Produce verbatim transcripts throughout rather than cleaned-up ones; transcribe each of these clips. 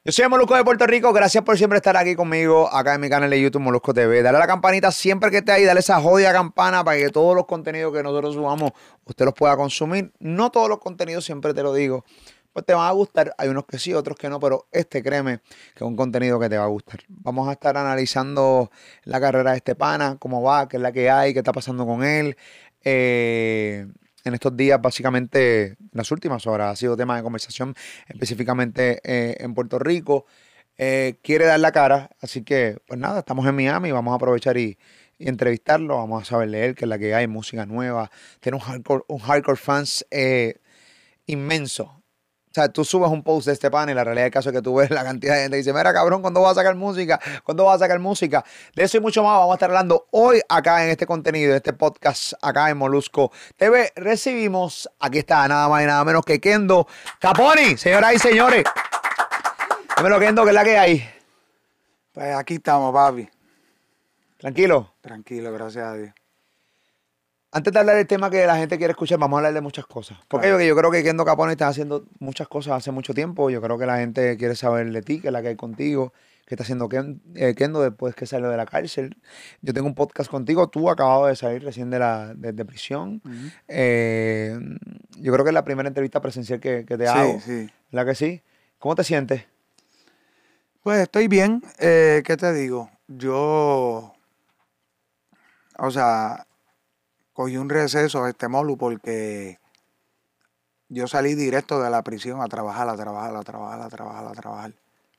Yo soy el Molusco de Puerto Rico, gracias por siempre estar aquí conmigo, acá en mi canal de YouTube Molusco T V. Dale a la campanita siempre que esté ahí, dale esa jodida campana para que todos los contenidos que nosotros subamos, usted los pueda consumir. No todos los contenidos, siempre te lo digo, pues te van a gustar. Hay unos que sí, otros que no, pero este créeme que es un contenido que te va a gustar. Vamos a estar analizando la carrera de este pana, cómo va, qué es la que hay, qué está pasando con él. Eh... En estos días, básicamente, en las últimas horas, ha sido tema de conversación, específicamente eh, en Puerto Rico. Eh, quiere dar la cara, así que, pues nada, estamos en Miami, vamos a aprovechar y, y entrevistarlo. Vamos a saber leer qué es la que hay, música nueva. Tiene un hardcore, un hardcore fans eh, inmenso. O sea, tú subes un post de este pan y la realidad del caso es que tú ves la cantidad de gente que dice, mira cabrón, ¿cuándo vas a sacar música? ¿Cuándo vas a sacar música? De eso y mucho más vamos a estar hablando hoy acá en este contenido, en este podcast acá en Molusco T V. Recibimos, aquí está, nada más y nada menos que Kendo Caponi, señoras y señores. Dímelo, Kendo, ¿qué es la que hay? Pues aquí estamos, papi. ¿Tranquilo? Tranquilo, gracias a Dios. Antes de hablar del tema que la gente quiere escuchar, vamos a hablar de muchas cosas. Porque Claro. yo, yo creo que Kendo Capone está haciendo muchas cosas hace mucho tiempo. Yo creo que la gente quiere saber de ti, qué es la que hay contigo, qué está haciendo Ken- eh, Kendo después que salió de la cárcel. Yo tengo un podcast contigo, tú acabado de salir recién de la de, de prisión. Ujú. Eh, yo creo que es la primera entrevista presencial que, que te Sí, hago, sí. ¿verdad que sí? ¿Cómo te sientes? Pues estoy bien. Eh, ¿qué te digo? Yo, o sea, cogí un receso este Molu porque yo salí directo de la prisión a trabajar, a trabajar, a trabajar, a trabajar, a trabajar.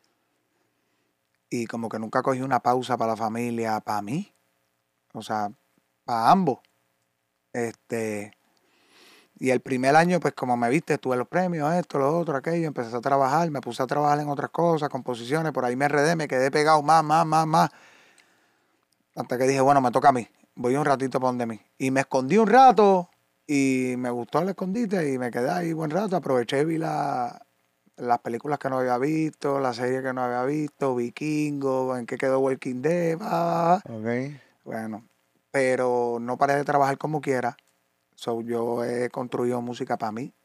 Y como que nunca cogí una pausa para la familia, para mí. O sea, para ambos. Este, y el primer año, pues como me viste, tuve los premios, esto, lo otro, aquello, empecé a trabajar, me puse a trabajar en otras cosas, composiciones, por ahí me enredé, me quedé pegado más, más, más, más. Hasta que dije, bueno, me toca a mí. Voy un ratito para donde mí. Y me escondí un rato y me gustó el escondite y me quedé ahí buen rato. Aproveché y vi la, las películas que no había visto, la serie que no había visto, Vikingo, en qué quedó Walking Dead. Ah, Ok. bueno, pero no paré de trabajar como quiera. So, yo he construido música para mí.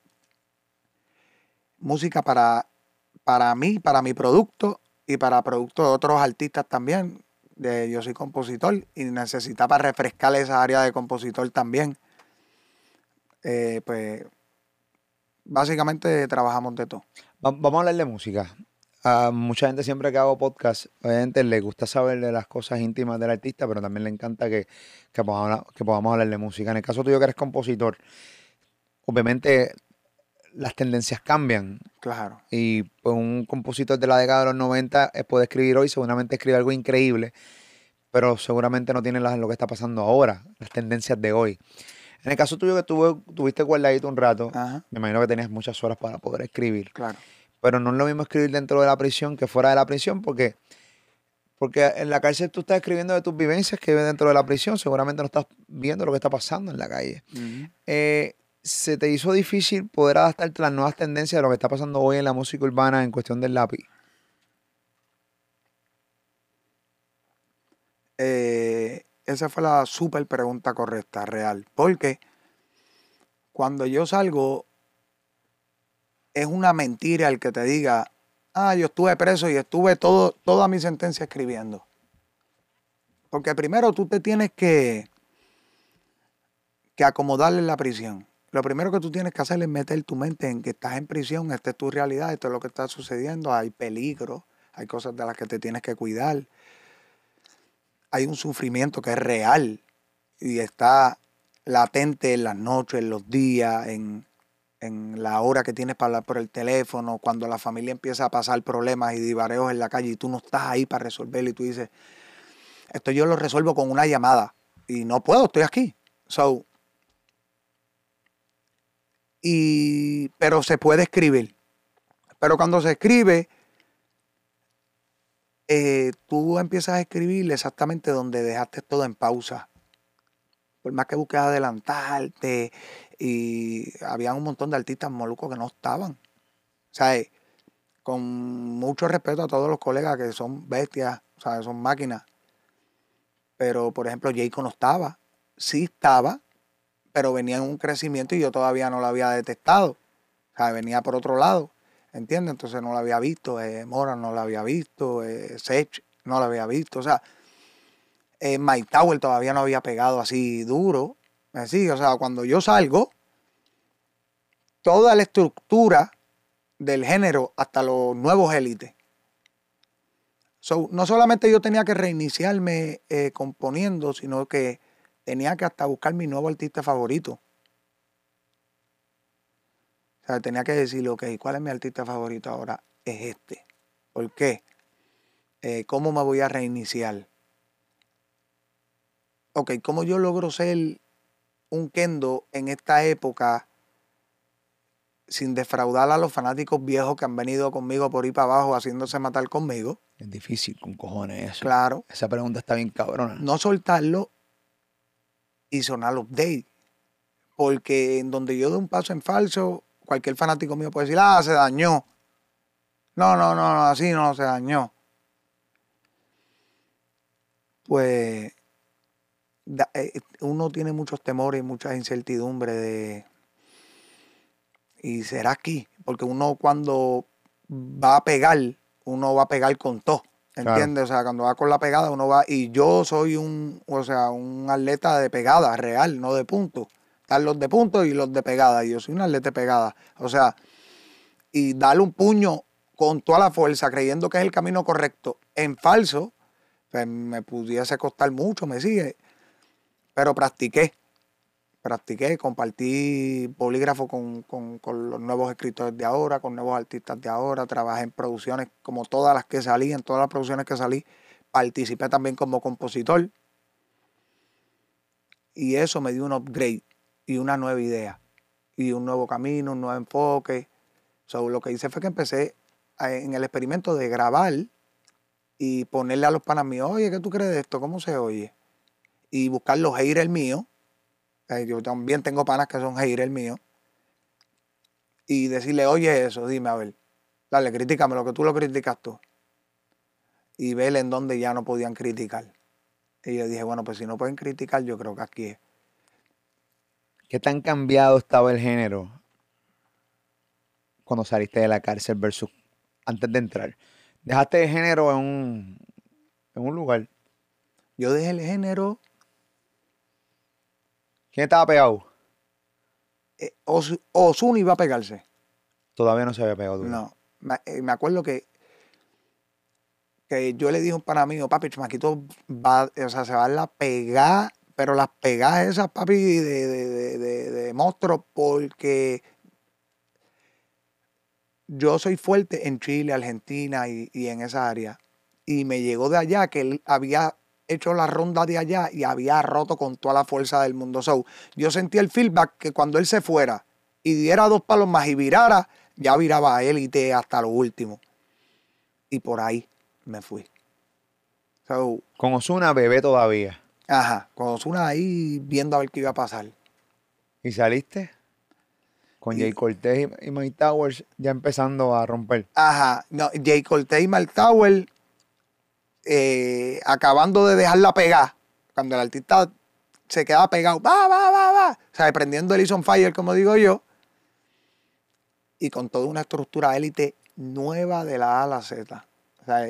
Música para, para mí, para mi producto y para productos de otros artistas también. De, yo soy compositor y necesitaba refrescar esa área de compositor también. Eh, pues básicamente trabajamos de todo. Va- vamos a hablar de música. A mucha gente siempre que hago podcast, obviamente le gusta saber de las cosas íntimas del artista, pero también le encanta que, que podamos hablar, que podamos hablar de música. En el caso tuyo que eres compositor, obviamente las tendencias cambian Claro. y pues, un compositor de la década de los noventa eh, puede escribir hoy, seguramente escribe algo increíble, pero seguramente no tiene las- lo que está pasando ahora, las tendencias de hoy. En el caso tuyo que tuve, tuviste guardadito un rato, Ajá. me imagino que tenías muchas horas para poder escribir. Claro. Pero no es lo mismo escribir dentro de la prisión que fuera de la prisión, porque, porque en la cárcel tú estás escribiendo de tus vivencias que vives dentro de la prisión, seguramente no estás viendo lo que está pasando en la calle. Ujú. Eh, ¿Se te hizo difícil poder adaptarte a las nuevas tendencias de lo que está pasando hoy en la música urbana en cuestión del lápiz? Eh, esa fue la súper pregunta correcta, real. Porque cuando yo salgo, es una mentira el que te diga, ah, yo estuve preso y estuve todo, toda mi sentencia escribiendo. Porque primero tú te tienes que, que acomodar en la prisión. Lo primero que tú tienes que hacer es meter tu mente en que estás en prisión, esta es tu realidad, esto es lo que está sucediendo, hay peligro, hay cosas de las que te tienes que cuidar, hay un sufrimiento que es real y está latente en las noches, en los días, en, en la hora que tienes para hablar por el teléfono, cuando la familia empieza a pasar problemas y divareos en la calle y tú no estás ahí para resolverlo y tú dices, esto yo lo resuelvo con una llamada y no puedo, estoy aquí. So, y, pero se puede escribir. Pero cuando se escribe, eh, tú empiezas a escribir exactamente donde dejaste todo en pausa. Por más que busques adelantarte, y había un montón de artistas molucos que no estaban. O sea, eh, con mucho respeto a todos los colegas que son bestias, o sea, son máquinas. Pero, por ejemplo, Jayco no estaba. Sí estaba, pero venía en un crecimiento y yo todavía no lo había detectado. O sea, venía por otro lado. ¿entiendes? Entonces no la había visto, eh, Mora no la había visto, eh, Sech no la había visto, o sea, eh, Mike Tower todavía no había pegado así duro, ¿me sigue? O sea, cuando yo salgo, toda la estructura del género, hasta los nuevos élites. So, no solamente yo tenía que reiniciarme eh, componiendo, sino que tenía que hasta buscar mi nuevo artista favorito. O sea, tenía que decirle, ok, ¿cuál es mi artista favorito ahora? Es este. ¿Por qué? Eh, ¿Cómo me voy a reiniciar? Ok, ¿cómo yo logro ser un Kendo en esta época sin defraudar a los fanáticos viejos que han venido conmigo por ir para abajo haciéndose matar conmigo? Es difícil con cojones eso. Claro. Esa pregunta está bien cabrona. No soltarlo y sonar update. Porque en donde yo doy un paso en falso, cualquier fanático mío puede decir, ah, se dañó. No, no, no, no, así no se dañó. Pues da, eh, uno tiene muchos temores y muchas incertidumbres de... ¿Y será aquí? Porque uno cuando va a pegar, uno va a pegar con todo. ¿Entiendes? Claro. O sea, cuando va con la pegada, uno va... Y yo soy un, o sea, un atleta de pegada real, no de punto. Están los de punto y los de pegada. Y yo soy un atleta de pegada. O sea, y darle un puño con toda la fuerza, creyendo que es el camino correcto, en falso, pues me pudiese costar mucho, me sigue. Pero practiqué. Practiqué, compartí bolígrafo con, con, con los nuevos escritores de ahora, con nuevos artistas de ahora, trabajé en producciones como todas las que salí, en todas las producciones que salí, participé también como compositor. Y eso me dio un upgrade y una nueva idea, y un nuevo camino, un nuevo enfoque. So, lo que hice fue que empecé a, en el experimento de grabar y ponerle a los panas míos, oye, ¿qué tú crees de esto? ¿Cómo se oye? Y buscar los haters míos. Yo también tengo panas que son haters míos. Y decirle, oye, eso, dime, a ver. Dale, critícame lo que tú lo criticas tú. Y ver en dónde ya no podían criticar. Y yo dije, bueno, pues si no pueden criticar, yo creo que aquí es. ¿Qué tan cambiado estaba el género cuando saliste de la cárcel versus antes de entrar? ¿Dejaste el género en un, en un lugar? Yo dejé el género... ¿Quién estaba pegado? Eh, Os, Ozuna iba a pegarse. Todavía no se había pegado duro. No. Me, eh, me acuerdo que, que yo le dije a un pana mío, papi, chamaquito va, o sea, se va a la pegar, pero las pegadas esas, papi, de, de, de, de, de monstruos, porque yo soy fuerte en Chile, Argentina y, y en esa área. Y me llegó de allá que él había hecho la ronda de allá y había roto con toda la fuerza del mundo. So, yo sentí el feedback que cuando él se fuera y diera dos palos más y virara, ya viraba a élite hasta lo último. Y por ahí me fui. So, con Ozuna, bebé todavía. Ajá, con Ozuna ahí viendo a ver qué iba a pasar. ¿Y saliste? Con y, Jay Cortez y, y Mike Towers ya empezando a romper. Ajá, no, Jay Cortez y Mike Towers eh, acabando de dejarla pegar. Cuando el artista se queda pegado, va, va, va, va. O sea, prendiendo el Is on Fire, como digo yo. Y con toda una estructura élite nueva de la A a la Z. O sea,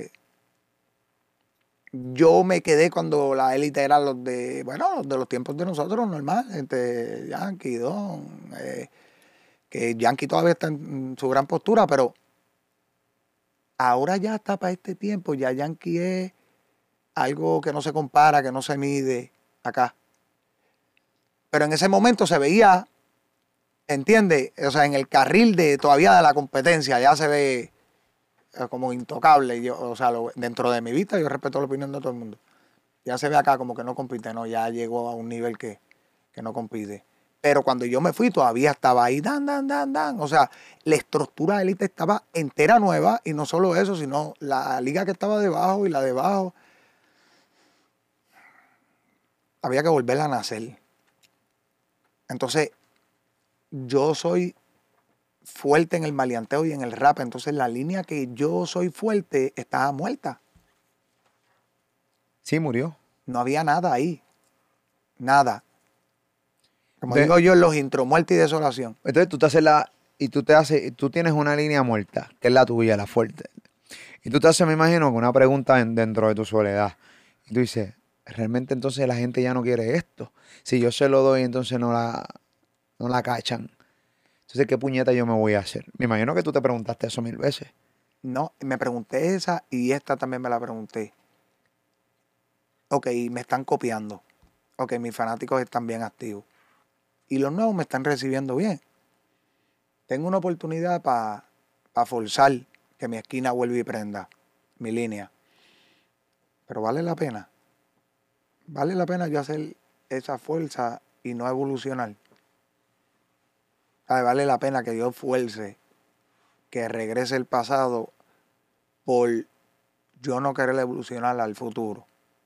yo me quedé cuando la élite era los de, bueno, los de los tiempos de nosotros, normal. Gente, Yankee, Don, eh, que Yankee todavía está en su gran postura, pero ahora ya está para este tiempo, ya Yankee es algo que no se compara, que no se mide acá. Pero en ese momento se veía, ¿entiendes? O sea, en el carril de todavía de la competencia ya se ve como intocable. Yo, o sea, lo, dentro de mi vista yo respeto la opinión de todo el mundo. Ya se ve acá como que no compite, no, ya llegó a un nivel que, que no compite. Pero cuando yo me fui todavía estaba ahí, dan, dan, dan, dan. O sea, la estructura de élite estaba entera nueva y no solo eso, sino la liga que estaba debajo y la de abajo. Había que volverla a nacer. Entonces, yo soy fuerte en el maleanteo y en el rap. Entonces, la línea que yo soy fuerte estaba muerta. Sí, murió. No había nada ahí. Nada. Como de, digo yo, en los intro, muerte y desolación. Entonces, tú te haces la, y tú te haces, tú tienes una línea muerta, que es la tuya, la fuerte. Y tú te haces, me imagino, que una pregunta en- dentro de tu soledad. Y tú dices, realmente entonces la gente ya no quiere esto. Si yo se lo doy, entonces no la, no la cachan. Entonces, ¿qué puñeta yo me voy a hacer? Me imagino que tú te preguntaste eso mil veces. No, me pregunté esa y esta también me la pregunté. Ok, me están copiando. Ok, mis fanáticos están bien activos. Y los nuevos me están recibiendo bien. Tengo una oportunidad para pa forzar que mi esquina vuelva y prenda mi línea. Pero vale la pena. Vale la pena yo hacer esa fuerza y no evolucionar. ¿Sabe? Vale la pena que yo fuerce, que regrese el pasado por yo no querer evolucionar al futuro.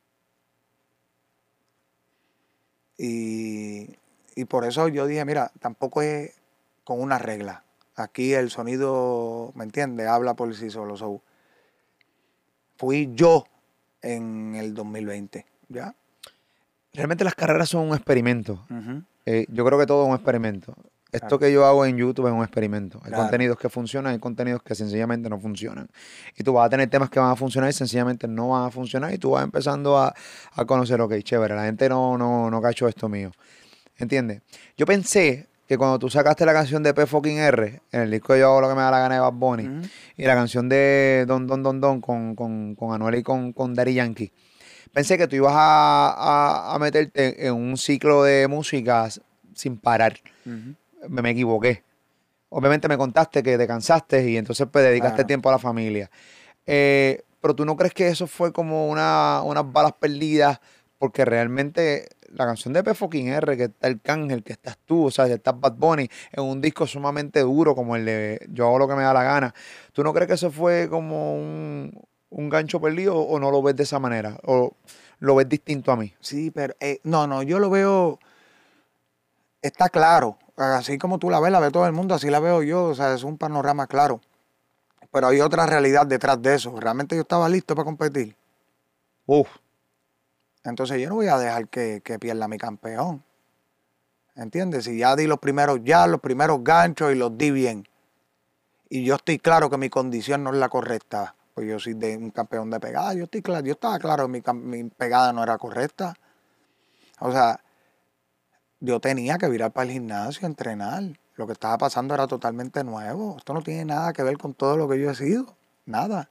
Y, y por eso yo dije, mira, tampoco es con una regla. Aquí el sonido, ¿me entiendes? Habla por sí solo. So, fui yo en el dos mil veinte, ¿ya? Realmente las carreras son un experimento. Uh-huh. Eh, yo creo que todo es un experimento. Esto Claro, que yo hago en YouTube es un experimento. Hay claro. contenidos que funcionan, hay contenidos que sencillamente no funcionan. Y tú vas a tener temas que van a funcionar y sencillamente no van a funcionar. Y tú vas empezando a, a conocer, ok, chévere, la gente no, no, no cachó esto mío. ¿Entiendes? Yo pensé que cuando tú sacaste la canción de P fucking R, en el disco de Yo hago lo que me da la gana de Bad Bunny, Uh-huh. y la canción de Don Don Don Don con, con, con Anuel y con, con Daddy Yankee, pensé que tú ibas a, a, a meterte en un ciclo de música sin parar. Uh-huh. Me, me equivoqué. Obviamente me contaste que te cansaste y entonces pues dedicaste Claro. tiempo a la familia. Eh, pero tú no crees que eso fue como una, unas balas perdidas, porque realmente la canción de P fucking R, que está Arcángel, que estás tú, o sea, que estás Bad Bunny, en un disco sumamente duro como el de Yo hago lo que me da la gana. ¿Tú no crees que eso fue como un, un gancho perdido o no lo ves de esa manera? ¿O lo ves distinto a mí? Sí, pero eh, no, no, yo lo veo, está claro. Así como tú la ves, la ve todo el mundo, así la veo yo. O sea, es un panorama claro. Pero hay otra realidad detrás de eso. Realmente yo estaba listo para competir. Uf, Entonces yo no voy a dejar que, que pierda mi campeón. ¿Entiendes? Si ya di los primeros ya, los primeros ganchos y los di bien. Y yo estoy claro que mi condición no es la correcta. Pues yo soy de un campeón de pegada. Yo estoy claro, yo estaba claro que mi, cam- mi pegada no era correcta. O sea, yo tenía que virar para el gimnasio, entrenar. Lo que estaba pasando era totalmente nuevo. Esto no tiene nada que ver con todo lo que yo he sido. Nada.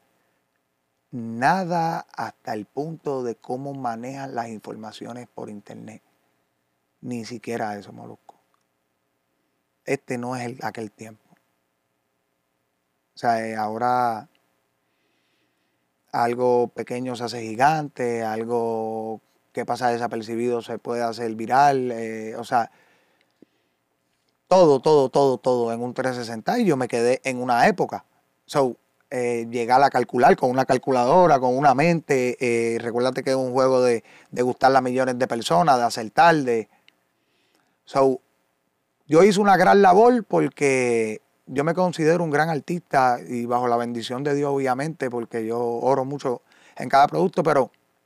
Nada hasta el punto de cómo manejan las informaciones por internet. Ni siquiera eso, Molusco. Este no es el, aquel tiempo. O sea, eh, ahora algo pequeño se hace gigante, algo que pasa desapercibido se puede hacer viral. Eh, o sea, todo, todo, todo, todo en un trescientos sesenta y yo me quedé en una época. So, eh, llegar a calcular con una calculadora, con una mente. Eh, recuérdate que es un juego de, de gustarle a millones de personas, de acertar, de... So, yo hice una gran labor porque yo me considero un gran artista y bajo la bendición de Dios, obviamente, porque yo oro mucho en cada producto, pero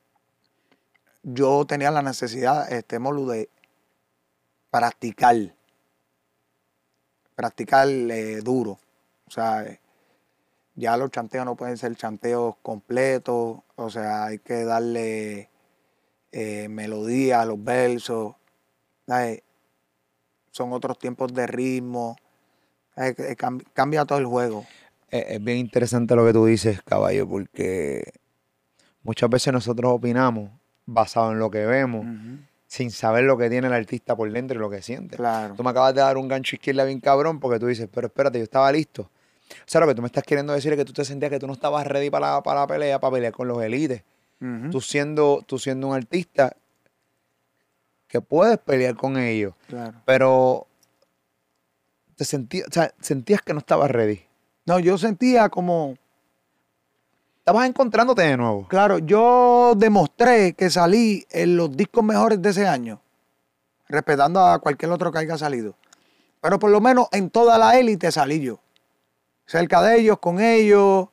yo tenía la necesidad, este, Molu, de practicar, practicar eh, duro. O sea, eh, ya los chanteos no pueden ser chanteos completos, o sea, hay que darle eh, melodía a los versos, ¿sabes? Son otros tiempos de ritmo, eh, eh, cam- cambia todo el juego. es, es bien interesante lo que tú dices, caballo, porque muchas veces nosotros opinamos basado en lo que vemos, Ujú. sin saber lo que tiene el artista por dentro y lo que siente. Claro, Tú me acabas de dar un gancho izquierda bien cabrón porque tú dices, pero espérate, yo estaba listo. O sea, lo que tú me estás queriendo decir es que tú te sentías que tú no estabas ready para la, para la pelea, para pelear con los élites. ujú, Tú siendo, tú siendo un artista que puedes pelear con ellos, claro. pero te sentías, o sea, sentías que no estabas ready. No, yo sentía como, Estabas encontrándote de nuevo. claro, yo demostré que salí en los discos mejores de ese año, respetando a cualquier otro que haya salido. Pero por lo menos en toda la élite salí yo. Cerca de ellos, con ellos.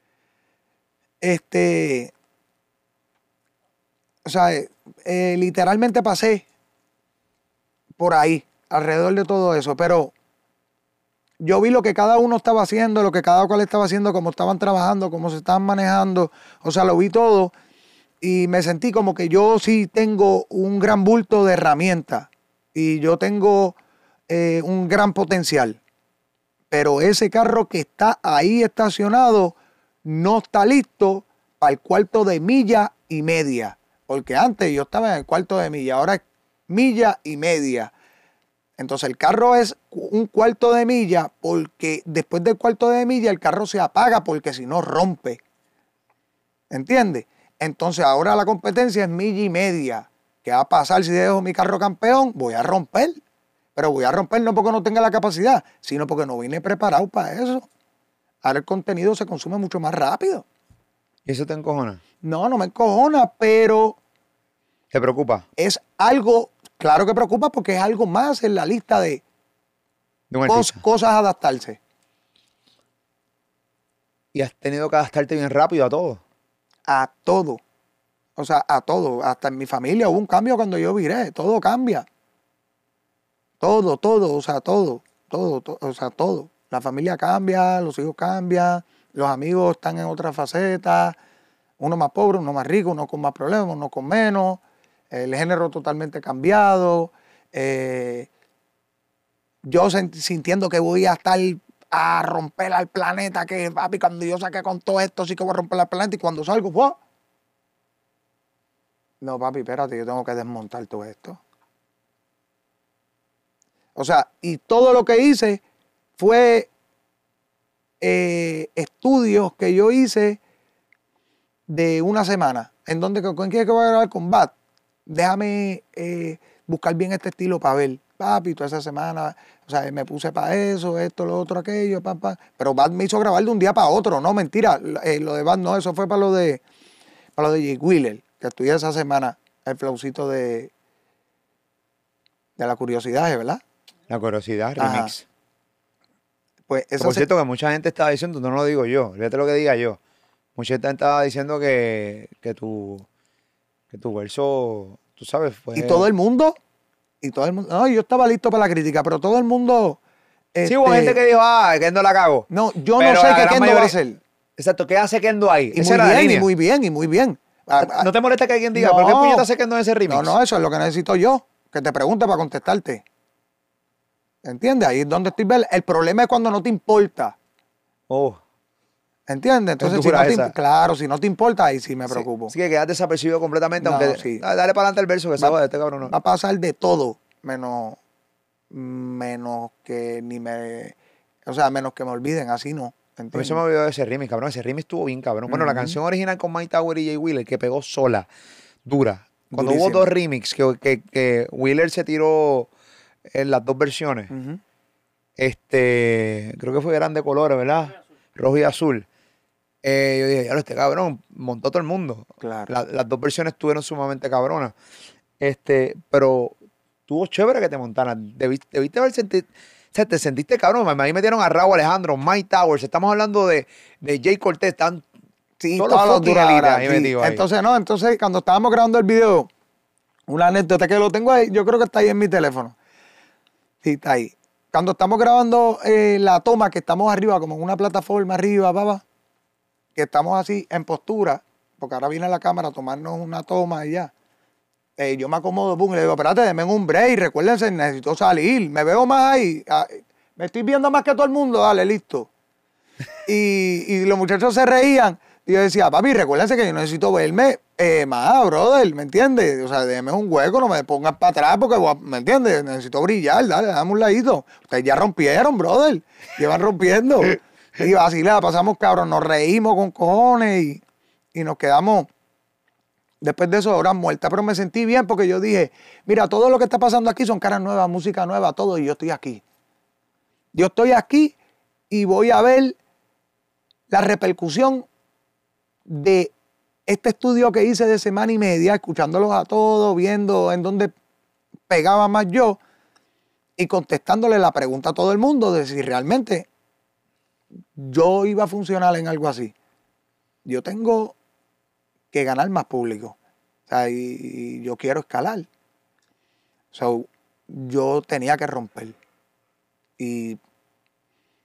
Este, o sea, eh, eh, literalmente pasé por ahí, alrededor de todo eso. Pero yo vi lo que cada uno estaba haciendo, lo que cada cual estaba haciendo, cómo estaban trabajando, cómo se estaban manejando. O sea, lo vi todo y me sentí como que yo sí tengo un gran bulto de herramientas y yo tengo eh, un gran potencial. Pero ese carro que está ahí estacionado no está listo para el cuarto de milla y media. Porque antes yo estaba en el cuarto de milla, ahora es milla y media. Entonces el carro es un cuarto de milla porque después del cuarto de milla el carro se apaga porque si no rompe. ¿Entiendes? Entonces ahora la competencia es milla y media. ¿Qué va a pasar si dejo mi carro campeón? Voy a romper. Pero voy a romper no porque no tenga la capacidad, sino porque no vine preparado para eso. Ahora el contenido se consume mucho más rápido. ¿Y eso te encojona? No, no me encojona, pero... ¿Te preocupa? Es algo, claro que preocupa porque es algo más en la lista de, De un cos, artista. cosas a adaptarse. Y has tenido que adaptarte bien rápido a todo. A todo. O sea, a todo. Hasta en mi familia hubo un cambio cuando yo viré. Todo cambia. Todo, todo, o sea, todo. Todo, todo, o sea, todo. La familia cambia, los hijos cambian, los amigos están en otra faceta. Uno más pobre, uno más rico, uno con más problemas, uno con menos. El género totalmente cambiado. Eh, yo sintiendo que voy a estar a romper al planeta, que papi, cuando yo saqué con todo esto, sí que voy a romper al planeta, y cuando salgo, ¡fua! No, papi, espérate, yo tengo que desmontar todo esto. O sea, y todo lo que hice fue eh, estudios que yo hice de una semana. ¿En donde con quién es que voy a grabar? Con Bad. Déjame eh, buscar bien este estilo para ver. Papi, toda esa semana, o sea, me puse para eso, esto, lo otro, aquello, papá. Pero Bad me hizo grabar de un día para otro. No, mentira. Eh, lo de Bad no, eso fue para lo de para lo de Jake Wheeler, que estudié esa semana el flowcito de, de la curiosidad, ¿verdad? La curiosidad, Ajá. remix. Pues eso Por se- cierto, que mucha gente estaba diciendo, no lo digo yo, fíjate lo que diga yo. Mucha gente estaba diciendo que, que tu que tu verso, tú sabes, fue... y todo el mundo, y todo el mundo, no, yo estaba listo para la crítica, pero todo el mundo... Sí, hubo este, gente que dijo, ah, Kendo la cago. no, yo Pero no sé la qué gran Kendo va a mayoría- hacer. Exacto, ¿qué hace Kendo ahí? Y Esa muy era la bien, y línea. muy bien, y muy bien. Ah, ah, ¿No te molesta que alguien diga, no. ¿por qué puñeta hace Kendo en ese remix? No, no, eso es lo que necesito yo, que te pregunte para contestarte. ¿Entiendes? Ahí es donde estoy. Ver. El problema es cuando no te importa. Oh, ¿Entiendes? Entonces, Es si no dura te, esa. claro, si no te importa, ahí sí me sí, preocupo. sí que quedas desapercibido completamente, No, aunque sí. dale, dale para adelante el verso que se Va- va de este cabrón. No. Va a pasar de todo, menos, menos que ni me. O sea, menos que me olviden, así no. A mí ¿Entiendes? se me olvidó de ese remix, cabrón. Ese remix estuvo bien, cabrón. Bueno, la Ujú. canción original con Mike Tower y Jay Wheeler, que pegó sola, dura. Cuando Durísima. hubo dos remix, que, que, que Wheeler se tiró en las dos versiones, Ujú. este, creo que fue grande colores, ¿verdad? Rojo y azul. Eh, yo dije, ya este cabrón montó todo el mundo. Claro. La- las dos versiones estuvieron sumamente cabronas. Este, pero tuvo chévere que te montaran. Debiste, debiste haber sentido. O sea, te sentiste cabrón. Ahí metieron a Raúl Alejandro, Mike Towers. Estamos hablando de, de Jay Cortez. Están Sí, todos todos los los fucking duros elites ahora, ahí sí. metidos ahí. Entonces, no, entonces cuando estábamos grabando el video, una anécdota que lo tengo ahí, yo creo que está ahí en mi teléfono. Sí, está ahí. Cuando estamos grabando eh, la toma, que estamos arriba, como en una plataforma arriba, papá, que estamos así en postura, porque ahora viene la cámara a tomarnos una toma y ya. Eh, yo me acomodo, pum, y le digo, espérate, denme un break, recuérdense, necesito salir, me veo más ahí, ah, me estoy viendo más que todo el mundo, dale, listo. Y, y los muchachos se reían, y yo decía, papi, recuérdense que yo necesito verme eh, más, brother, ¿me entiendes? O sea, déjeme un hueco, no me pongas para atrás, porque, voy a- ¿me entiendes? Necesito brillar, dale, dame un ladito. Ustedes ya rompieron, brother, llevan rompiendo. Y así la pasamos, cabrón, nos reímos con cojones y, y nos quedamos... Después de eso, horas muertas, pero me sentí bien porque yo dije, mira, todo lo que está pasando aquí son caras nuevas, música nueva, todo, y yo estoy aquí. Yo estoy aquí y voy a ver la repercusión de este estudio que hice de semana y media, escuchándolos a todos, viendo en dónde pegaba más yo y contestándole la pregunta a todo el mundo de si realmente yo iba a funcionar en algo así. Yo tengo que ganar más público. O sea, y, y yo quiero escalar. So, yo tenía que romper. Y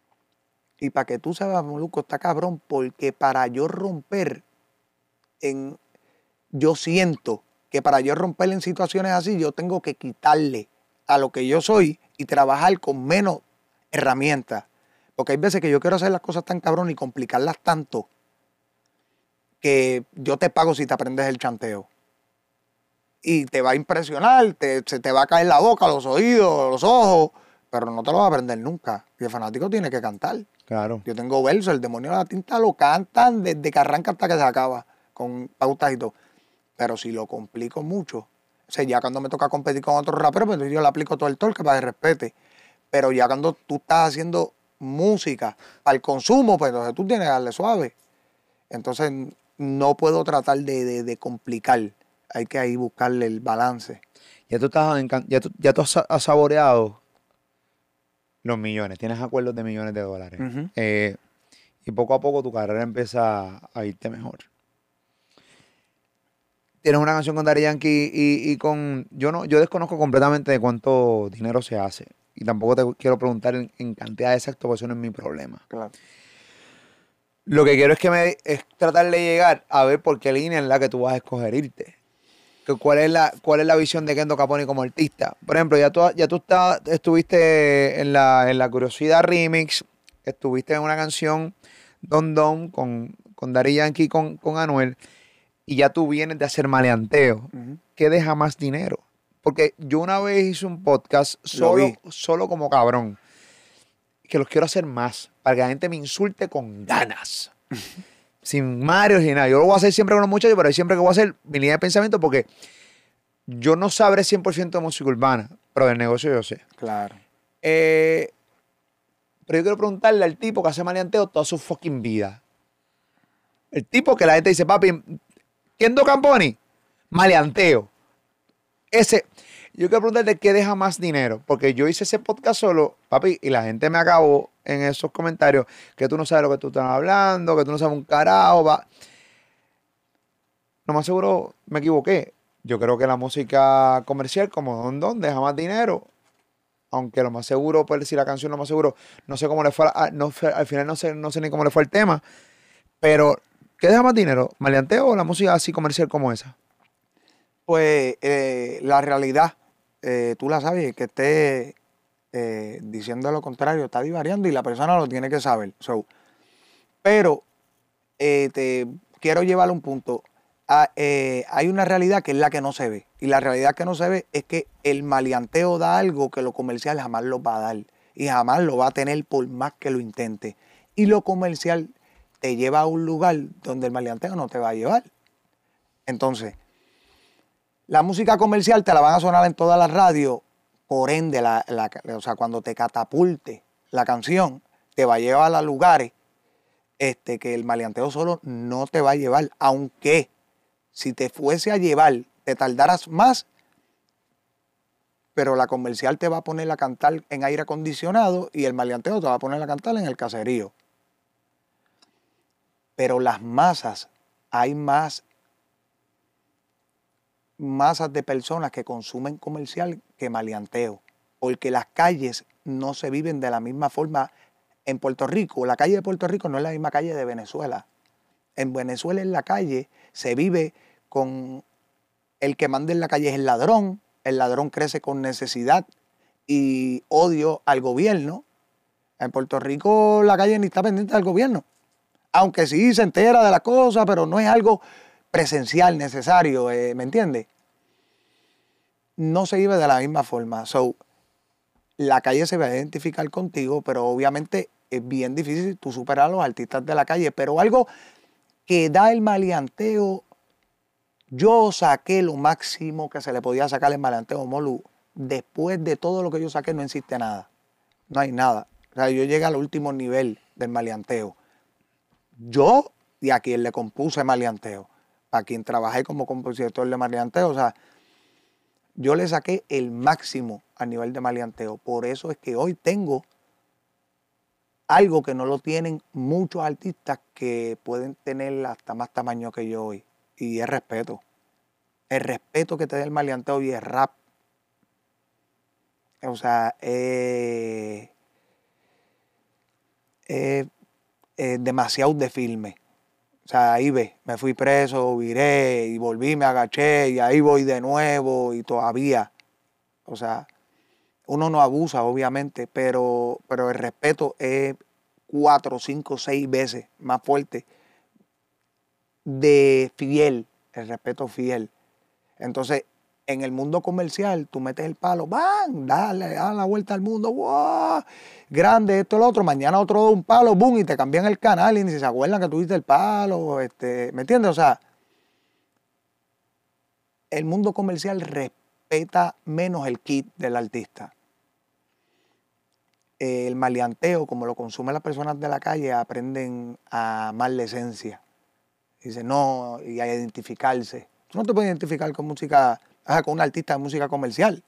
Y para que tú sepas, Molusco, está cabrón, porque para yo romper en... Yo siento que para yo romper en situaciones así, yo tengo que quitarle a lo que yo soy y trabajar con menos herramientas. Porque hay veces que yo quiero hacer las cosas tan cabrón y complicarlas tanto que yo te pago si te aprendes el chanteo. Y te va a impresionar, te, se te va a caer la boca, los oídos, los ojos, pero no te lo vas a aprender nunca. Y el fanático tiene que cantar. Claro. Yo tengo verso, el demonio de la tinta lo cantan desde que arranca hasta que se acaba, con pautas y todo. Pero si lo complico mucho, o sea, ya cuando me toca competir con otros raperos, pues yo le aplico todo el torque para que respete. Pero ya cuando tú estás haciendo música para el consumo, pues entonces tú tienes que darle suave. Entonces no puedo tratar de, de, de complicar. Hay que ahí buscarle el balance. Ya tú, estás encan- ya tú, ya tú has, has saboreado los millones, tienes acuerdos de millones de dólares. Uh-huh. Eh, y poco a poco tu carrera empieza a irte mejor. Tienes una canción con Daddy Yankee y, y con... Yo no, yo desconozco completamente de cuánto dinero se hace. Y tampoco te quiero preguntar en, en cantidad exacta, porque eso no es mi problema. Claro. Lo que quiero es que me es tratar de llegar a ver por qué línea es la que tú vas a escoger irte. Que cuál es la cuál es la visión de Kendo Capone como artista. Por ejemplo, ya tú ya tú está, estuviste en la en la Curiosidad Remix, estuviste en una canción Don Don con con Daddy Yankee con con Anuel y ya tú vienes de hacer maleanteo. Uh-huh. ¿Qué deja más dinero? Porque yo una vez hice un podcast solo solo como cabrón, que los quiero hacer más para que la gente me insulte con ganas. Sin Mario, sin nada. Yo lo voy a hacer siempre con los muchachos, pero siempre que voy a hacer mi línea de pensamiento porque yo no sabré cien por ciento de música urbana, pero del negocio yo sé. Claro. Eh, pero yo quiero preguntarle al tipo que hace maleanteo toda su fucking vida. El tipo que la gente dice, papi, Kendo Capone, maleanteo. Ese, yo quiero preguntarle qué deja más dinero, porque yo hice ese podcast solo, papi, y la gente me acabó en esos comentarios que tú no sabes lo que tú estás hablando, que tú no sabes un carajo, va. Lo más seguro me equivoqué. Yo creo que la música comercial como Don Don deja más dinero. Aunque lo más seguro, por decir la canción, lo más seguro, no sé cómo le fue, a- no, fue- al final no sé, no sé ni cómo le fue el tema. Pero, ¿qué deja más dinero? ¿Maleanteo o la música así comercial como esa? Pues eh, la realidad, eh, tú la sabes, que esté eh, diciendo lo contrario, está divariando y la persona lo tiene que saber. So, pero eh, te quiero llevar a un punto. Ah, eh, hay una realidad que es la que no se ve. Y la realidad que no se ve es que el maleanteo da algo que lo comercial jamás lo va a dar. Y jamás lo va a tener por más que lo intente. Y lo comercial te lleva a un lugar donde el maleanteo no te va a llevar. Entonces, la música comercial te la van a sonar en todas las radios. Por ende, la, la, o sea, cuando te catapulte la canción, te va a llevar a lugares este, que el maleanteo solo no te va a llevar. Aunque si te fuese a llevar, te tardarás más, pero la comercial te va a poner a cantar en aire acondicionado y el maleanteo te va a poner a cantar en el caserío. Pero las masas, hay más masas de personas que consumen comercial que maleanteo, porque las calles no se viven de la misma forma. En Puerto Rico, la calle de Puerto Rico no es la misma calle de Venezuela. En Venezuela, en la calle, se vive con el que manda en la calle es el ladrón, el ladrón crece con necesidad y odio al gobierno. En Puerto Rico la calle ni está pendiente del gobierno, aunque sí se entera de la cosa, pero no es algo presencial necesario, eh, ¿me entiendes? No se vive de la misma forma. So, la calle se va a identificar contigo, pero obviamente es bien difícil tú superar a los artistas de la calle, pero algo que da el maleanteo. Yo saqué lo máximo que se le podía sacar el maleanteo, Molu. Después de todo lo que yo saqué, no existe nada. No hay nada. O sea, yo llegué al último nivel del maleanteo. Yo y a quien le compuse maleanteo, a quien trabajé como compositor de maleanteo, o sea, yo le saqué el máximo a nivel de maleanteo. Por eso es que hoy tengo algo que no lo tienen muchos artistas que pueden tener hasta más tamaño que yo hoy. Y es respeto. El respeto que te da el maleanteo y el rap. O sea, eh, es, es demasiado de filme. O sea, ahí ves, me fui preso, viré y volví, me agaché y ahí voy de nuevo y todavía. O sea, uno no abusa, obviamente, pero, pero el respeto es cuatro, cinco, seis veces más fuerte de fiel, el respeto fiel. Entonces, en el mundo comercial, tú metes el palo, ¡bam! Dale, da la vuelta al mundo, ¡wow! Grande, esto, lo otro. Mañana otro da un palo, ¡boom! Y te cambian el canal y ni se acuerdan que tuviste el palo. Este, ¿me entiendes? O sea, el mundo comercial respeta menos el kit del artista. El maleanteo, como lo consumen las personas de la calle, aprenden a amar la esencia. Dicen, no, y a identificarse. Tú no te puedes identificar con música, con un artista de música comercial.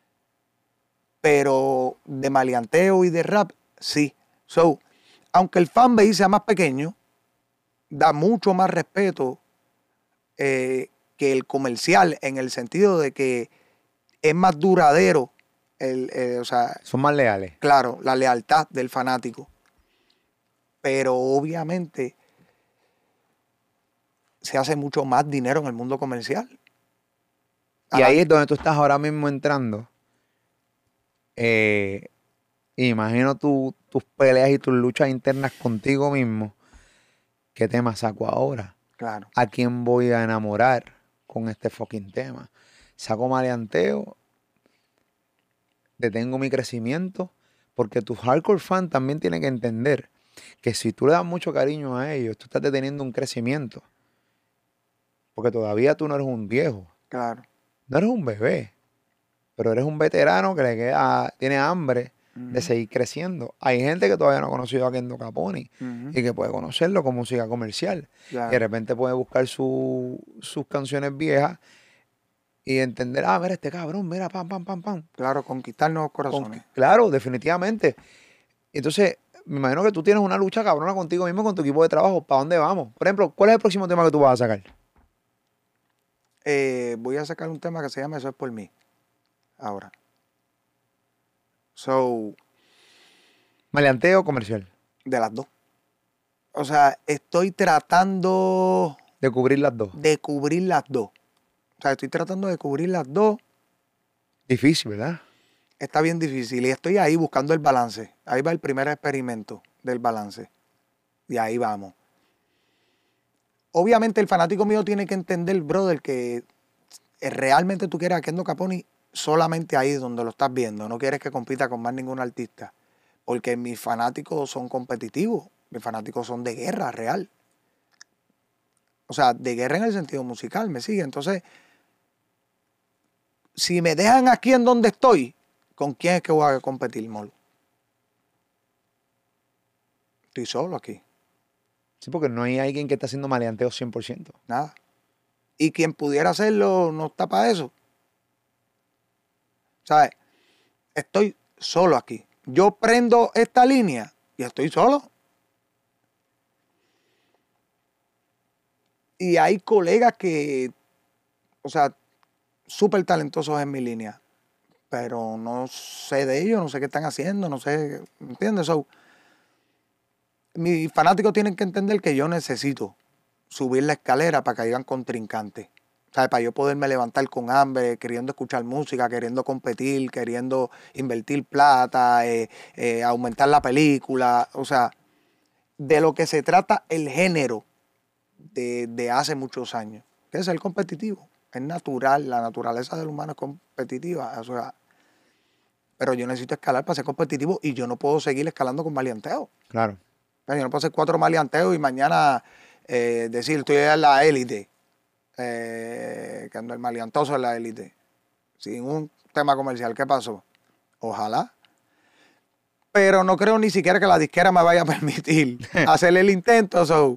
Pero de maleanteo y de rap, sí. So, aunque el fanbase sea más pequeño, da mucho más respeto eh, que el comercial, en el sentido de que es más duradero. El, eh, o sea, son más leales. Claro, la lealtad del fanático. Pero obviamente se hace mucho más dinero en el mundo comercial. Y ahora, ahí es donde tú estás ahora mismo entrando. Eh, imagino tu, tus peleas y tus luchas internas contigo mismo. ¿Qué tema saco ahora? Claro. ¿A quién voy a enamorar con este fucking tema? ¿Saco maleanteo? ¿Detengo mi crecimiento? Porque tu hardcore fan también tiene que entender que si tú le das mucho cariño a ellos, tú estás deteniendo un crecimiento. Porque todavía tú no eres un viejo. Claro. No eres un bebé. Pero eres un veterano que le queda, tiene hambre uh-huh. de seguir creciendo. Hay gente que todavía no ha conocido a Kendo Caponi uh-huh. y que puede conocerlo con música comercial. Claro. Y de repente puede buscar su, sus canciones viejas y entender, ah, mira este cabrón, mira, pam, pam, pam, pam. Claro, conquistar nuevos corazones. Con, claro, definitivamente. Entonces, me imagino que tú tienes una lucha cabrona contigo mismo, con tu equipo de trabajo. ¿Para dónde vamos? Por ejemplo, ¿cuál es el próximo tema que tú vas a sacar? Eh, voy a sacar un tema que se llama Eso es por mí. Ahora. So. ¿Maleanteo o comercial? De las dos. O sea, estoy tratando. De cubrir las dos. De cubrir las dos. O sea, estoy tratando de cubrir las dos. Difícil, ¿verdad? Está bien difícil. Y estoy ahí buscando el balance. Ahí va el primer experimento del balance. Y ahí vamos. Obviamente el fanático mío tiene que entender, brother, que realmente tú quieres a Kendo Caponi solamente ahí donde lo estás viendo. No quieres que compita con más ningún artista. Porque mis fanáticos son competitivos. Mis fanáticos son de guerra real. O sea, de guerra en el sentido musical, ¿me sigue? Entonces, si me dejan aquí en donde estoy, ¿con quién es que voy a competir, Molo? Estoy solo aquí. Sí, porque no hay alguien que esté haciendo maleanteo cien por ciento. Nada. Y quien pudiera hacerlo no está para eso. ¿Sabes? Estoy solo aquí. Yo prendo esta línea y estoy solo. Y hay colegas que, o sea, súper talentosos en mi línea. Pero no sé de ellos, no sé qué están haciendo, no sé, ¿entiendes? So, mis fanáticos tienen que entender que yo necesito subir la escalera para que hayan contrincantes. ¿Sabes? Para yo poderme levantar con hambre, queriendo escuchar música, queriendo competir, queriendo invertir plata, eh, eh, aumentar la película. O sea, de lo que se trata el género de, de hace muchos años, que es el competitivo. Es natural, la naturaleza del humano es competitiva. O sea, pero yo necesito escalar para ser competitivo y yo no puedo seguir escalando con maleanteo. Claro. Yo no puedo hacer cuatro maleanteos y mañana eh, decir estoy en la élite. Eh, que ando el maleantoso en la élite. Sin un tema comercial. ¿Qué pasó? Ojalá. Pero no creo ni siquiera que la disquera me vaya a permitir hacer el intento. So.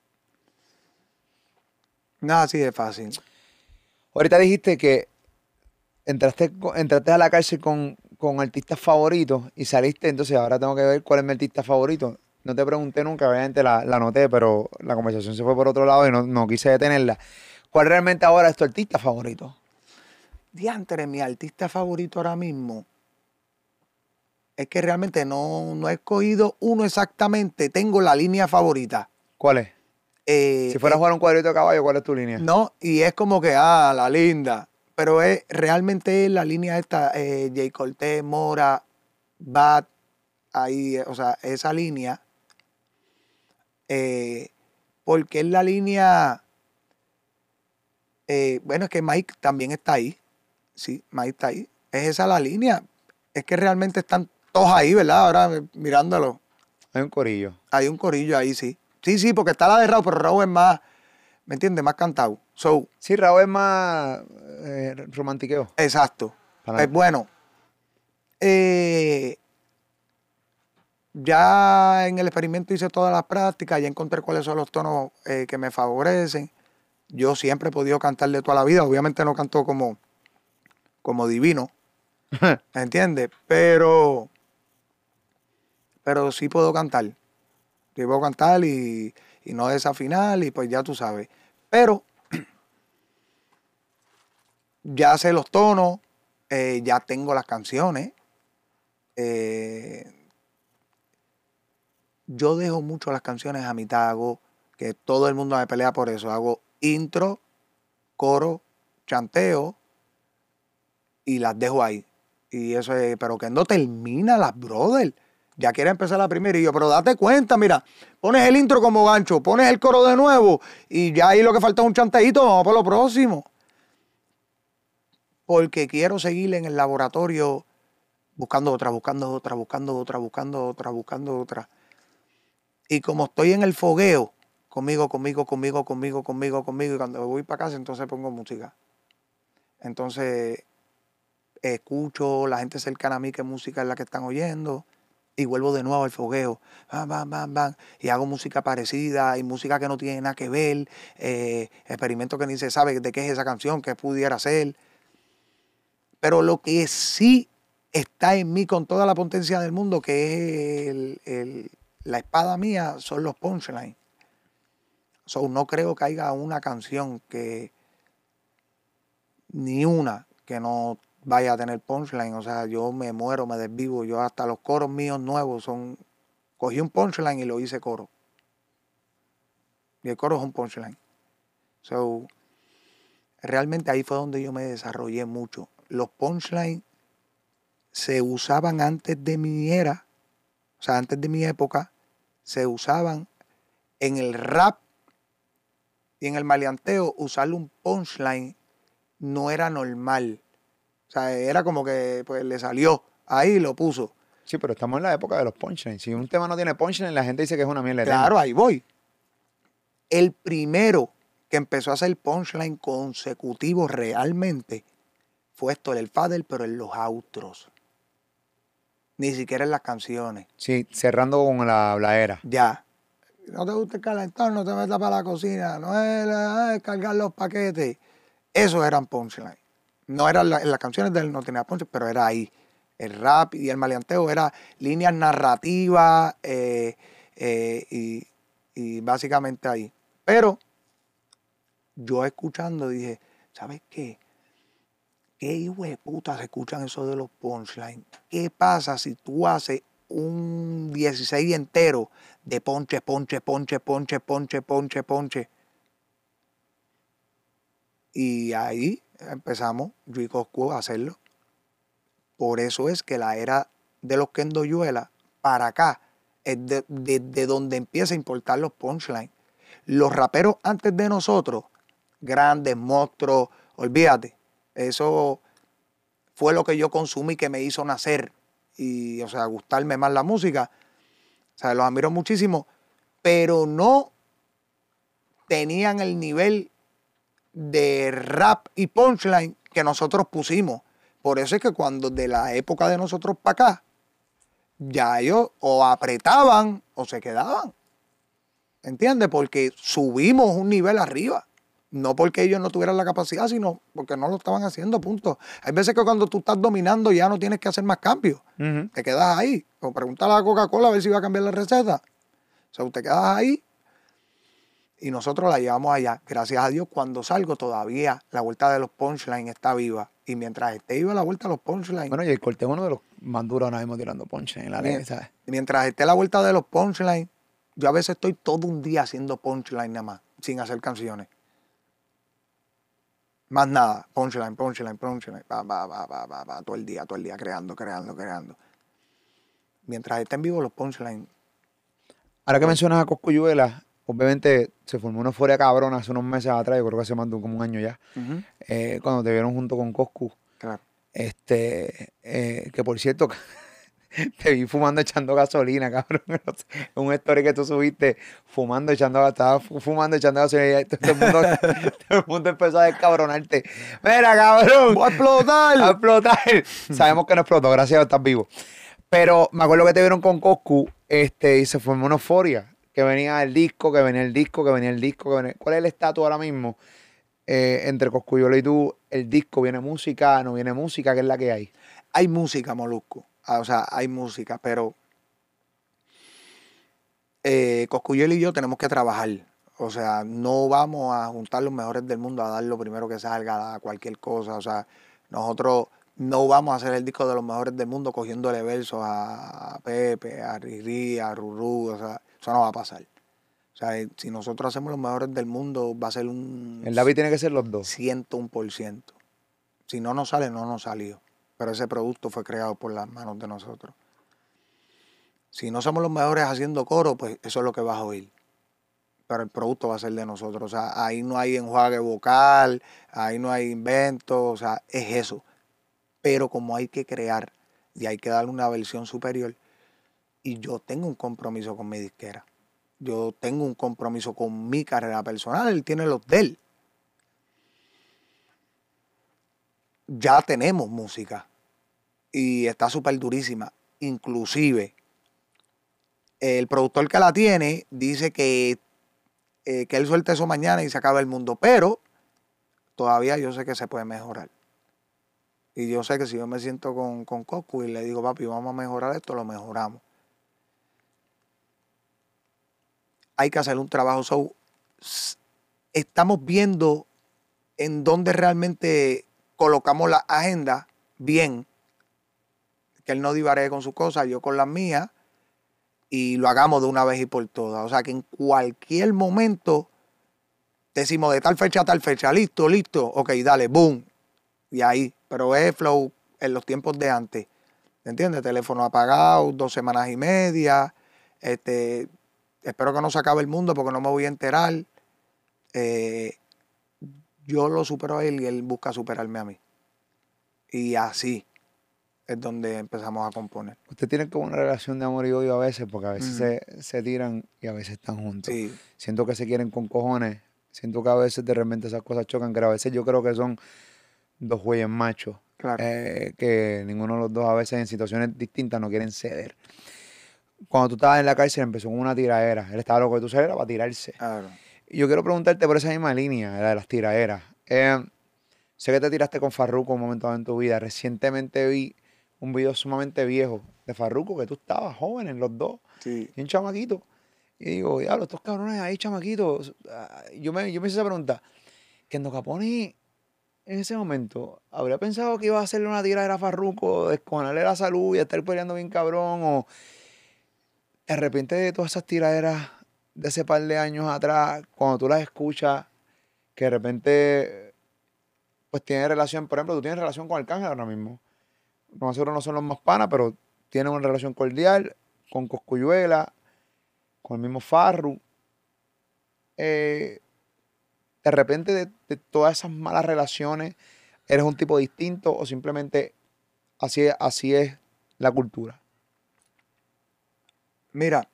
Nada así de fácil. Ahorita dijiste que entraste, entraste a la cárcel con, con artistas favoritos y saliste, entonces ahora tengo que ver cuál es mi artista favorito. No te pregunté nunca, obviamente la, la noté, pero la conversación se fue por otro lado y no, no quise detenerla. ¿Cuál realmente ahora es tu artista favorito? Diantre, mi artista favorito ahora mismo. es que realmente no, no he escogido uno exactamente. Tengo la línea favorita. ¿Cuál es? Eh, Si fuera a eh, jugar un cuadrito de caballo, ¿cuál es tu línea? no, y es como que, ah, la linda. Pero es realmente la línea esta, eh, Jay Cortez, Mora, Bat, ahí, eh, o sea, esa línea, eh, porque es la línea, eh, bueno, es que Mike también está ahí, sí, Mike está ahí. Es esa la línea, es que realmente están todos ahí, ¿verdad? Ahora eh, mirándolo, Hay un corillo. hay un corillo ahí, sí. Sí, sí, porque está la de Raúl, pero Raúl es más, ¿me entiendes? Más cantado. So, Sí, Raúl es más eh, romantiqueo. exacto. Para Pues bueno, eh, ya en el experimento hice todas las prácticas, ya encontré cuáles son los tonos eh, que me favorecen. Yo siempre he podido cantar de toda la vida, obviamente no canto como, como divino, ¿entiendes? Pero, pero sí puedo cantar. Sí puedo cantar y, y no desafinar y pues ya tú sabes. Pero ya sé los tonos, eh, ya tengo las canciones. Eh, yo dejo mucho las canciones a mitad, hago que todo el mundo me pelea por eso. Hago intro, coro, chanteo y las dejo ahí. Y eso es, pero que no termina las brother. Ya quiere empezar la primera y yo, pero date cuenta, mira, pones el intro como gancho, pones el coro de nuevo y ya ahí lo que falta es un chanteíto, vamos por lo próximo. Porque quiero seguir en el laboratorio buscando otra, buscando otra, buscando otra, buscando otra, buscando otra. Y como estoy en el fogueo, conmigo, conmigo, conmigo, conmigo, conmigo, conmigo, y cuando voy para casa entonces pongo música. Entonces escucho la gente cercana a mí qué música es la que están oyendo y vuelvo de nuevo al fogueo, bam, bam, bam, bam, y hago música parecida y música que no tiene nada que ver, eh, experimento que ni se sabe de qué es esa canción, qué pudiera ser. Pero lo que sí está en mí con toda la potencia del mundo, que es el, el, la espada mía, son los punchlines. So, no creo que haya una canción que, ni una, que no vaya a tener punchline. O sea, yo me muero, me desvivo. Yo hasta los coros míos nuevos son... Cogí un punchline y lo hice coro. Y el coro es un punchline. So, realmente ahí fue donde yo me desarrollé mucho. Los punchlines se usaban antes de mi era, o sea, antes de mi época, se usaban en el rap y en el maleanteo. Usarle un punchline no era normal. O sea, era como que pues le salió, ahí lo puso. Sí, pero estamos en la época de los punchlines. Si un tema no tiene punchline, la gente dice que es una mierda de tema. Claro, ahí voy. El primero que empezó a hacer punchline consecutivo realmente fue esto, el Fader, pero en los outros. Ni siquiera en las canciones. Sí, cerrando con la, la era. Ya. No te gusta el calentón, no te metas para la cocina, no es, es cargar los paquetes. Esos eran punchline. No eran la, en las canciones de él no tenía punchline, pero era ahí. El rap y el maleanteo era líneas narrativas eh, eh, y, y básicamente ahí. Pero yo escuchando dije, ¿sabes qué? ¿Qué hijo de puta se escuchan eso de los punchlines? ¿Qué pasa si tú haces un dieciséis entero de ponche, ponche, ponche, ponche, ponche, ponche, ponche? Y ahí empezamos, yo y Coscu, a hacerlo. Por eso es que la era de los Kendoyuela para acá es de, de, de donde empieza a importar los punchlines. Los raperos antes de nosotros, grandes, monstruos, olvídate, eso fue lo que yo consumí que me hizo nacer y, o sea, gustarme más la música. O sea, los admiro muchísimo, pero no tenían el nivel de rap y punchline que nosotros pusimos. Por eso es que cuando de la época de nosotros para acá, ya ellos o apretaban o se quedaban. ¿Entiendes? Porque subimos un nivel arriba. No porque ellos no tuvieran la capacidad, sino porque no lo estaban haciendo, punto. Hay veces que cuando tú estás dominando ya no tienes que hacer más cambios. Uh-huh. Te quedas ahí. O pregúntale a Coca-Cola a ver si va a cambiar la receta. O sea, te quedas ahí y nosotros la llevamos allá. Gracias a Dios, cuando salgo todavía la vuelta de los punchlines está viva. Y mientras esté iba a la vuelta a los punchlines, Bueno, y el corte es uno de los más duros ahora mismo tirando ponche en la ley, mien- ¿sabes? mientras esté a la vuelta de los punchlines, yo a veces estoy todo un día haciendo punchline nada más, sin hacer canciones. Más nada, punchline, punchline, punchline, va, va, va, va, va, va, todo el día, todo el día, creando, creando, creando. Mientras esté en vivo los punchlines, Ahora que pues, mencionas a Cosculluela, obviamente se formó una euforia cabrona hace unos meses atrás, yo creo que hace más de un- como un año ya, ujú, eh, cuando te vieron junto con Coscu. claro. Este, eh, que por cierto, te vi fumando echando gasolina, cabrón. No sé, un story que tú subiste fumando echando, estaba fu- fumando echando gasolina y todo el mundo, todo el mundo empezó a descabronarte. Mira, cabrón, ¡Voy a a explotar! explotar. Sabemos que no explotó, gracias a Dios estás vivo. Pero me acuerdo que te vieron con Coscu, este, y se formó una euforia. Que venía el disco, que venía el disco, que venía el disco, que venía... ¿Cuál es el estatus ahora mismo eh, entre Cosculluela y tú? El disco, ¿viene música? ¿No viene música? ¿Qué es la que hay? Hay música, Molusco. Ah, o sea, hay música, pero eh, Cosculluela y yo tenemos que trabajar. O sea, no vamos a juntar los mejores del mundo a dar lo primero que salga, a cualquier cosa. O sea, nosotros no vamos a hacer el disco de los mejores del mundo cogiéndole versos a Pepe, a Riri, a Rurú. O sea, eso no va a pasar. O sea, eh, si nosotros hacemos los mejores del mundo, va a ser un El David tiene que ser los dos. ciento un por ciento. Si no nos sale, no nos salió. Pero ese producto fue creado por las manos de nosotros. Si no somos los mejores haciendo coro, pues eso es lo que vas a oír. Pero el producto va a ser de nosotros. O sea, ahí no hay enjuague vocal, ahí no hay invento, o sea, es eso. Pero como hay que crear y hay que darle una versión superior, y yo tengo un compromiso con mi disquera. Yo tengo un compromiso con mi carrera personal, él tiene los de él. Ya tenemos música y está súper durísima. Inclusive, el productor que la tiene dice que, eh, que él suelte eso mañana y se acaba el mundo, pero todavía yo sé que se puede mejorar. Y yo sé que si yo me siento con, con Coscu y le digo, papi, vamos a mejorar esto, lo mejoramos. Hay que hacer un trabajo. So, estamos viendo en dónde realmente colocamos la agenda bien, que él no divague con sus cosas, yo con las mías, y lo hagamos de una vez y por todas. O sea, que en cualquier momento decimos de tal fecha a tal fecha, listo, listo, ok, dale, boom, y ahí. Pero es flow en los tiempos de antes, ¿entiendes? Teléfono apagado, dos semanas y media, este, espero que no se acabe el mundo porque no me voy a enterar. Eh, yo lo supero a él y él busca superarme a mí. Y así es donde empezamos a componer. Ustedes tienen como una relación de amor y odio a veces, porque a veces Ujú. se, se tiran y a veces están juntos. Sí, Siento que se quieren con cojones. Siento que a veces de repente esas cosas chocan, pero a veces yo creo que son dos güeyes machos. claro, eh, que ninguno de los dos a veces en situaciones distintas no quieren ceder. Cuando tú estabas en la cárcel empezó con una tiraera. Él estaba loco de tú salir para tirarse. claro. Y yo quiero preguntarte por esa misma línea, la de las tiraderas. Eh, sé que te tiraste con Farruko un momento dado en tu vida. Recientemente vi un video sumamente viejo de Farruko, que tú estabas joven en los dos, Sí. y un chamaquito. Y digo, diablo, estos cabrones ahí, chamaquitos. Ah, Yo me, yo me hice esa pregunta. Kendo Caponi en ese momento habría pensado que iba a hacerle una tiradera a Farruko, descojonarle la salud y estar peleando bien cabrón, o te arrepientes de todas esas tiraderas de ese par de años atrás, cuando tú las escuchas, que de repente pues tiene relación, por ejemplo, tú tienes relación con Arcángel ahora mismo. Nosotros no son los más panas, pero tienen una relación cordial con Cosculluela, con el mismo Farru. Eh, de repente de, de todas esas malas relaciones, ¿eres un tipo distinto o simplemente así es, así es la cultura? Mira,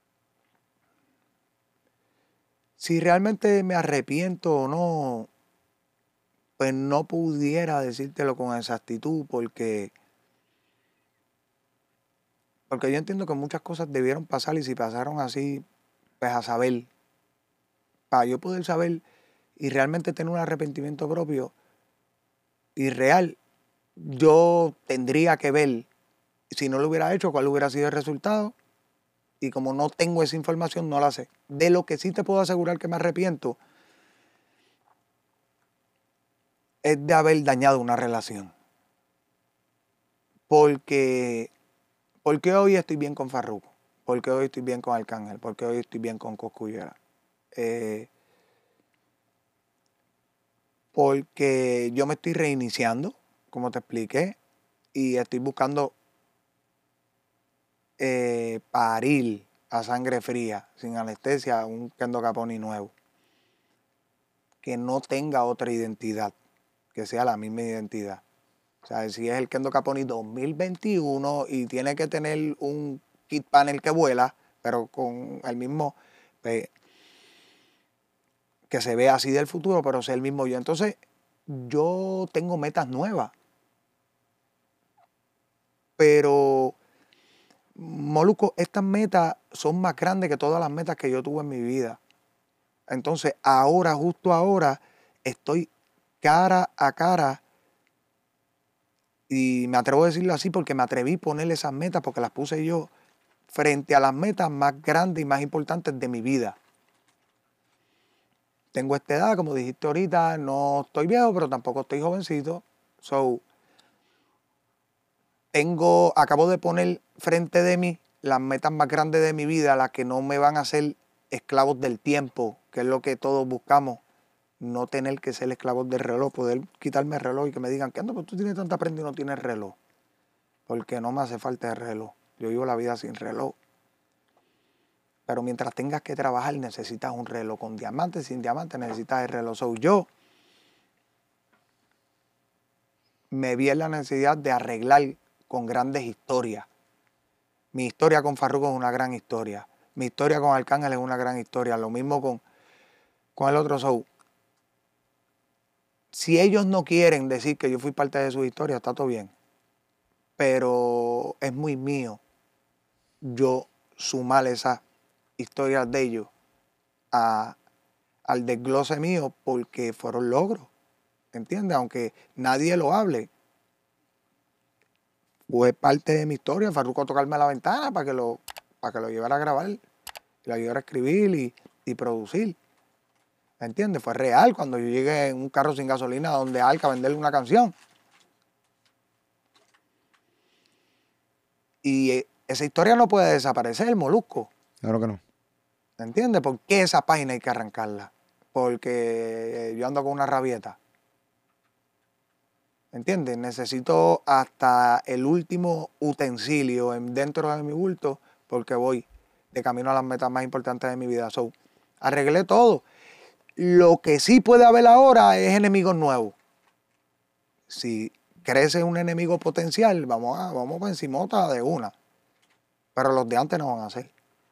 si realmente me arrepiento o no, pues no pudiera decírtelo con exactitud porque, porque yo entiendo que muchas cosas debieron pasar y si pasaron así, pues a saber, para yo poder saber y realmente tener un arrepentimiento propio y real, yo tendría que ver si no lo hubiera hecho, cuál hubiera sido el resultado. Y como no tengo esa información, no la sé. De lo que sí te puedo asegurar que me arrepiento es de haber dañado una relación. Porque, porque hoy estoy bien con Farruko, porque hoy estoy bien con Arcángel, porque hoy estoy bien con Cosculluela. Eh, porque yo me estoy reiniciando, como te expliqué, y estoy buscando eh, parir a sangre fría, sin anestesia, un Kendo Caponi nuevo. Que no tenga otra identidad, que sea la misma identidad. O sea, si es el Kendo Caponi dos mil veintiuno y tiene que tener un kit panel que vuela, pero con el mismo, pues, que se vea así del futuro, pero sea el mismo yo. Entonces, yo tengo metas nuevas. Pero, Molusco, estas metas son más grandes que todas las metas que yo tuve en mi vida. Entonces, ahora, justo ahora, estoy cara a cara. Y me atrevo a decirlo así porque me atreví a ponerle esas metas porque las puse yo frente a las metas más grandes y más importantes de mi vida. Tengo esta edad, como dijiste ahorita, no estoy viejo, pero tampoco estoy jovencito. So, tengo, acabo de poner frente de mí las metas más grandes de mi vida, las que no me van a hacer esclavos del tiempo, que es lo que todos buscamos. No tener que ser esclavos del reloj, poder quitarme el reloj y que me digan, ¿qué ando? Pues tú tienes tanta prenda y no tienes reloj. Porque no me hace falta el reloj. Yo vivo la vida sin reloj. Pero mientras tengas que trabajar necesitas un reloj. Con diamantes, sin diamantes necesitas el reloj. So, yo me vi en la necesidad de arreglar con grandes historias. Mi historia con Farruko es una gran historia. Mi historia con Arcángel es una gran historia. Lo mismo con, con el otro show. Si ellos no quieren decir que yo fui parte de su historia, está todo bien. Pero es muy mío yo sumar esas historias de ellos a, al desglose mío porque fueron logros, ¿entiendes? Aunque nadie lo hable. Fue parte de mi historia, Farruko a tocarme a la ventana para que lo, para que lo llevara a grabar, y lo ayudara a escribir y, y producir. ¿Entiendes? Fue real cuando yo llegué en un carro sin gasolina donde Alca a venderle una canción. Y esa historia no puede desaparecer, Molusco. Claro que no. ¿Entiendes? ¿Por qué esa página hay que arrancarla? Porque yo ando con una rabieta. ¿Entiendes? Necesito hasta el último utensilio dentro de mi bulto porque voy de camino a las metas más importantes de mi vida. So, arreglé todo. Lo que sí puede haber ahora es enemigos nuevos. Si crece un enemigo potencial, vamos a, vamos por encimota de una. Pero los de antes no van a ser.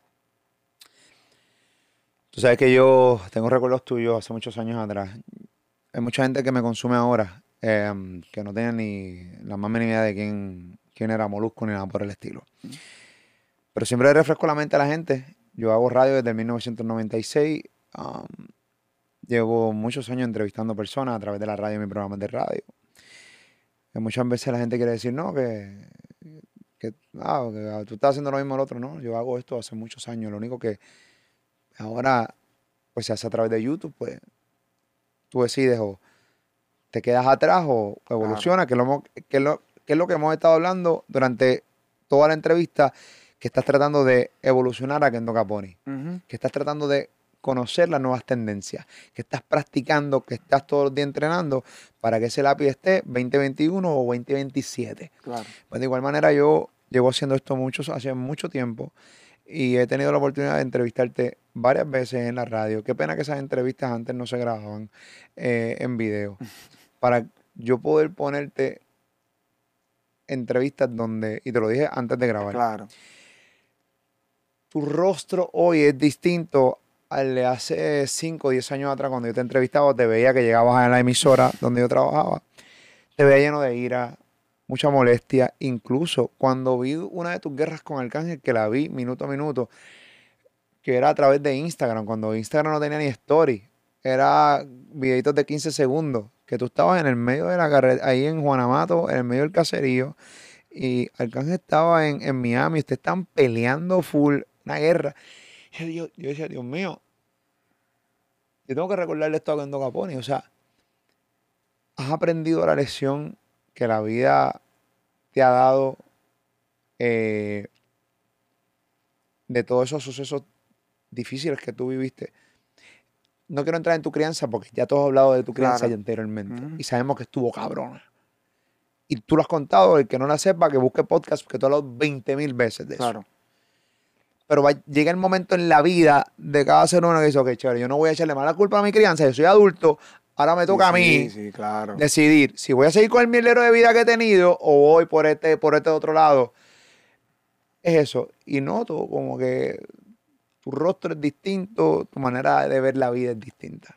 Tú sabes que yo tengo recuerdos tuyos hace muchos años atrás. Hay mucha gente que me consume ahora eh, que no tiene ni la más mínima idea de quién, quién era Molusco ni nada por el estilo. Pero siempre le refresco la mente a la gente. Yo hago radio desde mil novecientos noventa y seis. Um, llevo muchos años entrevistando personas a través de la radio y mis programas de radio. Que muchas veces la gente quiere decir, no, que, que, ah, que tú estás haciendo lo mismo al otro. No, yo hago esto hace muchos años. Lo único que ahora pues se hace a través de YouTube, pues tú decides o te quedas atrás o evoluciona, claro. que, lo, que, lo, que es lo que hemos estado hablando durante toda la entrevista, que estás tratando de evolucionar a Kendo Caponi, uh-huh. que estás tratando de conocer las nuevas tendencias, que estás practicando, que estás todos los días entrenando para que ese lápiz esté veinte veintiuno o veinte veintisiete. Claro. Pues de igual manera yo llevo haciendo esto mucho, hace mucho tiempo y he tenido la oportunidad de entrevistarte varias veces en la radio. Qué pena que esas entrevistas antes no se grababan eh, en video. Para yo poder ponerte entrevistas donde, y te lo dije antes de grabar. Claro. Tu rostro hoy es distinto al de hace cinco o diez años atrás cuando yo te entrevistaba. Te veía que llegabas a la emisora donde yo trabajaba. Te veía lleno de ira, mucha molestia. Incluso cuando vi una de tus guerras con Arcángel, que la vi minuto a minuto, que era a través de Instagram, cuando Instagram no tenía ni story. Era videitos de quince segundos, que tú estabas en el medio de la carretera, ahí en Juanamato, en el medio del caserío, y Arcángel estaba en, en Miami, ustedes están peleando full, una guerra. Y yo, yo decía, Dios mío, yo tengo que recordarle esto a Kendo Caponi, o sea, ¿Has aprendido la lección que la vida te ha dado eh, de todos esos sucesos difíciles que tú viviste? No quiero entrar en tu crianza porque ya todos has hablado de tu crianza Claro. ya anteriormente Ujú. y sabemos que estuvo cabrona. Y tú lo has contado, el que no la sepa, que busque podcast, porque tú has hablado veinte mil veces de eso. Claro. Pero va, llega el momento en la vida de cada ser humano que dice, ok, chévere, yo no voy a echarle mala culpa a mi crianza, yo soy adulto, ahora me Sí, toca a sí, mí sí, claro. decidir si voy a seguir con el mierdero de vida que he tenido o voy por este, por este otro lado. Es eso. Y noto como que tu rostro es distinto, tu manera de ver la vida es distinta.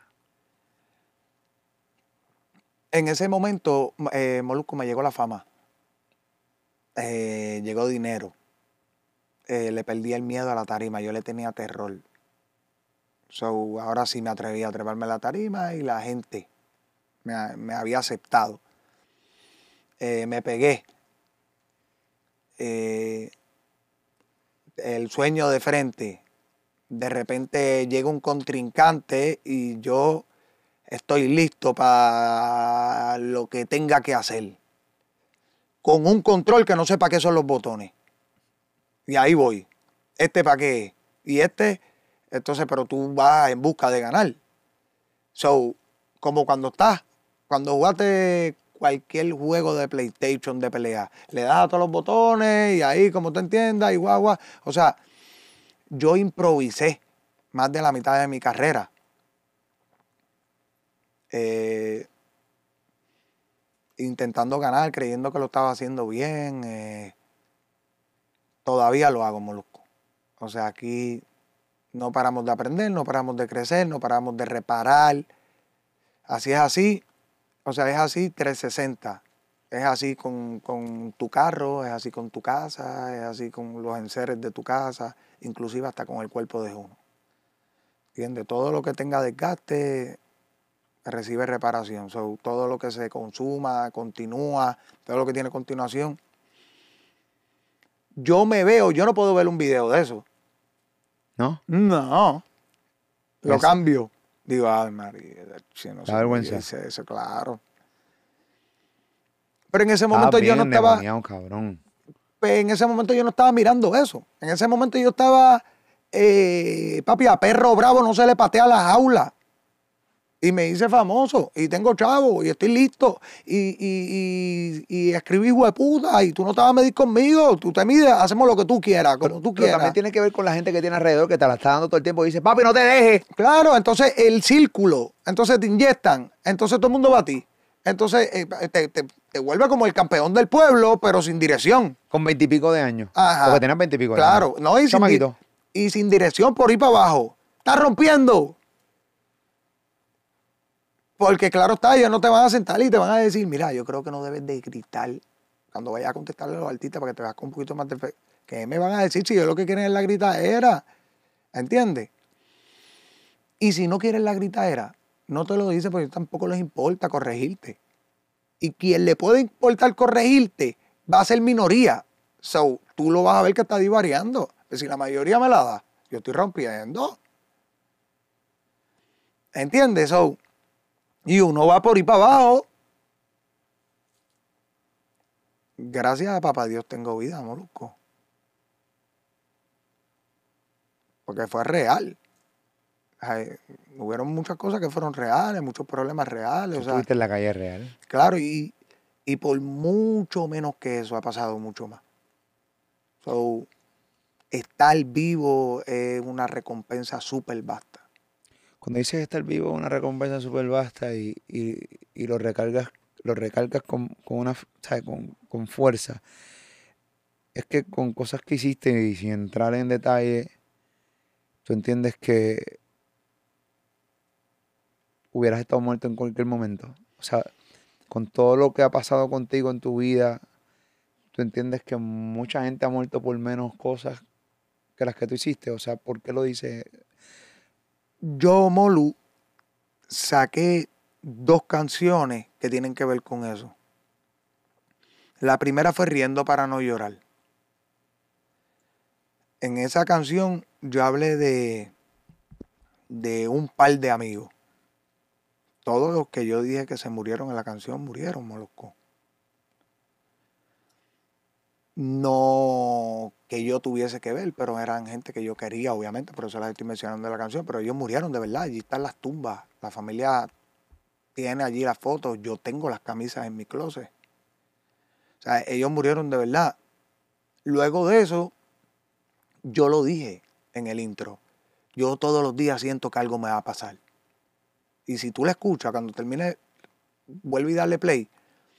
En ese momento, eh, Molusco, me llegó la fama. Eh, llegó dinero. Eh, le perdí el miedo a la tarima. Yo le tenía terror. So, ahora sí me atreví a treparme a la tarima y la gente me, ha- me había aceptado. Eh, me pegué. Eh, el sueño de frente. De repente llega un contrincante y yo estoy listo para lo que tenga que hacer. Con un control que no sé para qué son los botones. Y ahí voy. ¿Este para qué es? Y este, entonces, pero tú vas en busca de ganar. So, como cuando estás, cuando jugaste cualquier juego de PlayStation de pelea, le das a todos los botones y ahí, como tú entiendas, y guau, guau. O sea, yo improvisé más de la mitad de mi carrera. Eh, intentando ganar, creyendo que lo estaba haciendo bien. Eh, todavía lo hago, Molusco. O sea, aquí no paramos de aprender, no paramos de crecer, no paramos de reparar. Así es así. O sea, es así trescientos sesenta. Es así con, con tu carro, es así con tu casa, es así con los enseres de tu casa, inclusive hasta con el cuerpo de uno. ¿Entiendes? Todo lo que tenga desgaste recibe reparación. So, todo lo que se consuma, continúa, todo lo que tiene continuación. Yo me veo, yo no puedo ver un video de eso. ¿No? No. Lo Pues, cambio. Digo, ay, María, si no da sé por qué yo vergüenza. hice eso, claro. Pero en ese Estabas momento yo bien no estaba, endemoniado, cabrón. pues, en ese momento yo no estaba mirando eso. En ese momento yo estaba, eh, papi, a perro bravo no se le patea la jaula. Y me hice famoso, y tengo chavo, y estoy listo, y, y, y, y escribí hueputa, y tú no te vas a medir conmigo, tú te mides, hacemos lo que tú quieras, Pero, como tú pero también quieras. tiene que ver con la gente que tiene alrededor que te la está dando todo el tiempo y dice, papi, no te dejes. Claro, entonces el círculo, entonces te inyectan, entonces todo el mundo va a ti. Entonces eh, te, te, te vuelve como el campeón del pueblo, pero sin dirección. Con veintipico de años. Porque Ajá. tenías veintipico de años. Claro, no, y sin, di- Chamaquito. y sin dirección por ir para abajo. Estás rompiendo. Porque claro está, ellos no te van a sentar y te van a decir, mira, yo creo que no debes de gritar cuando vayas a contestarle a los artistas para que te veas con un poquito más de fe. ¿Qué me van a decir si yo lo que quieren es la gritadera? ¿Entiendes? Y si no quieren la gritadera, no te lo dice porque tampoco les importa corregirte. Y quien le puede importar corregirte va a ser minoría. So, tú lo vas a ver que está divariando. Pero si la mayoría me la da, yo estoy rompiendo. ¿Entiendes? So, y uno va por ahí para abajo. Gracias a papá Dios tengo vida, Molusco. Porque fue real. Ay, hubieron muchas cosas que fueron reales, muchos problemas reales. Tú O sea, estuviste en la calle real. claro, y, y por mucho menos que eso ha pasado mucho más. So, estar vivo es una recompensa súper vasta. Cuando dices estar vivo, una recompensa súper vasta y, y, y lo recargas, lo recargas con, con una, ¿sabes? Con, con fuerza. Es que con cosas que hiciste y sin entrar en detalle, tú entiendes que hubieras estado muerto en cualquier momento. O sea, con todo lo que ha pasado contigo en tu vida, tú entiendes que mucha gente ha muerto por menos cosas que las que tú hiciste. O sea, ¿por qué lo dices? Yo, Molu, saqué dos canciones que tienen que ver con eso. La primera fue Riendo para no llorar. En esa canción yo hablé de, de un par de amigos. Todos los que yo dije que se murieron en la canción murieron, Molusco. No que yo tuviese que ver, pero eran gente que yo quería, obviamente, por eso las estoy mencionando en la canción, pero ellos murieron de verdad, allí están las tumbas, la familia tiene allí las fotos, yo tengo las camisas en mi closet. O sea, ellos murieron de verdad. Luego de eso, yo lo dije en el intro, yo todos los días siento que algo me va a pasar. Y si tú la escuchas, cuando termine, vuelve y darle play,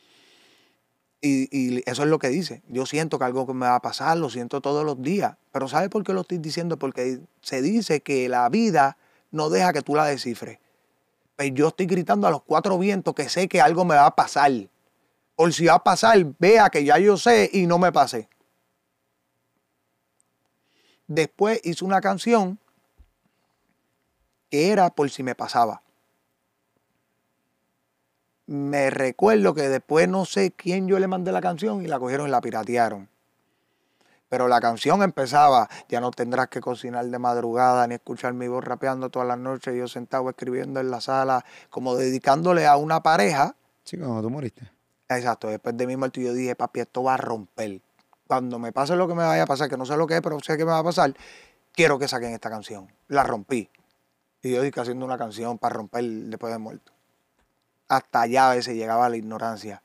Y, y eso es lo que dice. Yo siento que algo me va a pasar, lo siento todos los días. Pero ¿sabes por qué lo estoy diciendo? Porque se dice que la vida no deja que tú la descifres. Pues yo estoy gritando a los cuatro vientos que sé que algo me va a pasar. Por si va a pasar, vea que ya yo sé y no me pase. Después hice una canción que era por si me pasaba. Me recuerdo que después no sé quién yo le mandé la canción y la cogieron y la piratearon. Pero la canción empezaba, ya no tendrás que cocinar de madrugada ni escuchar mi voz rapeando todas las noches, yo sentado escribiendo en la sala, como dedicándole a una pareja. Sí, cuando tú moriste. Exacto, después de mi muerte yo dije, papi, esto va a romper. Cuando me pase lo que me vaya a pasar, que no sé lo que es, pero sé que me va a pasar, quiero que saquen esta canción. La rompí. Y yo dije haciendo una canción para romper después de muerto. Hasta allá a veces llegaba la ignorancia.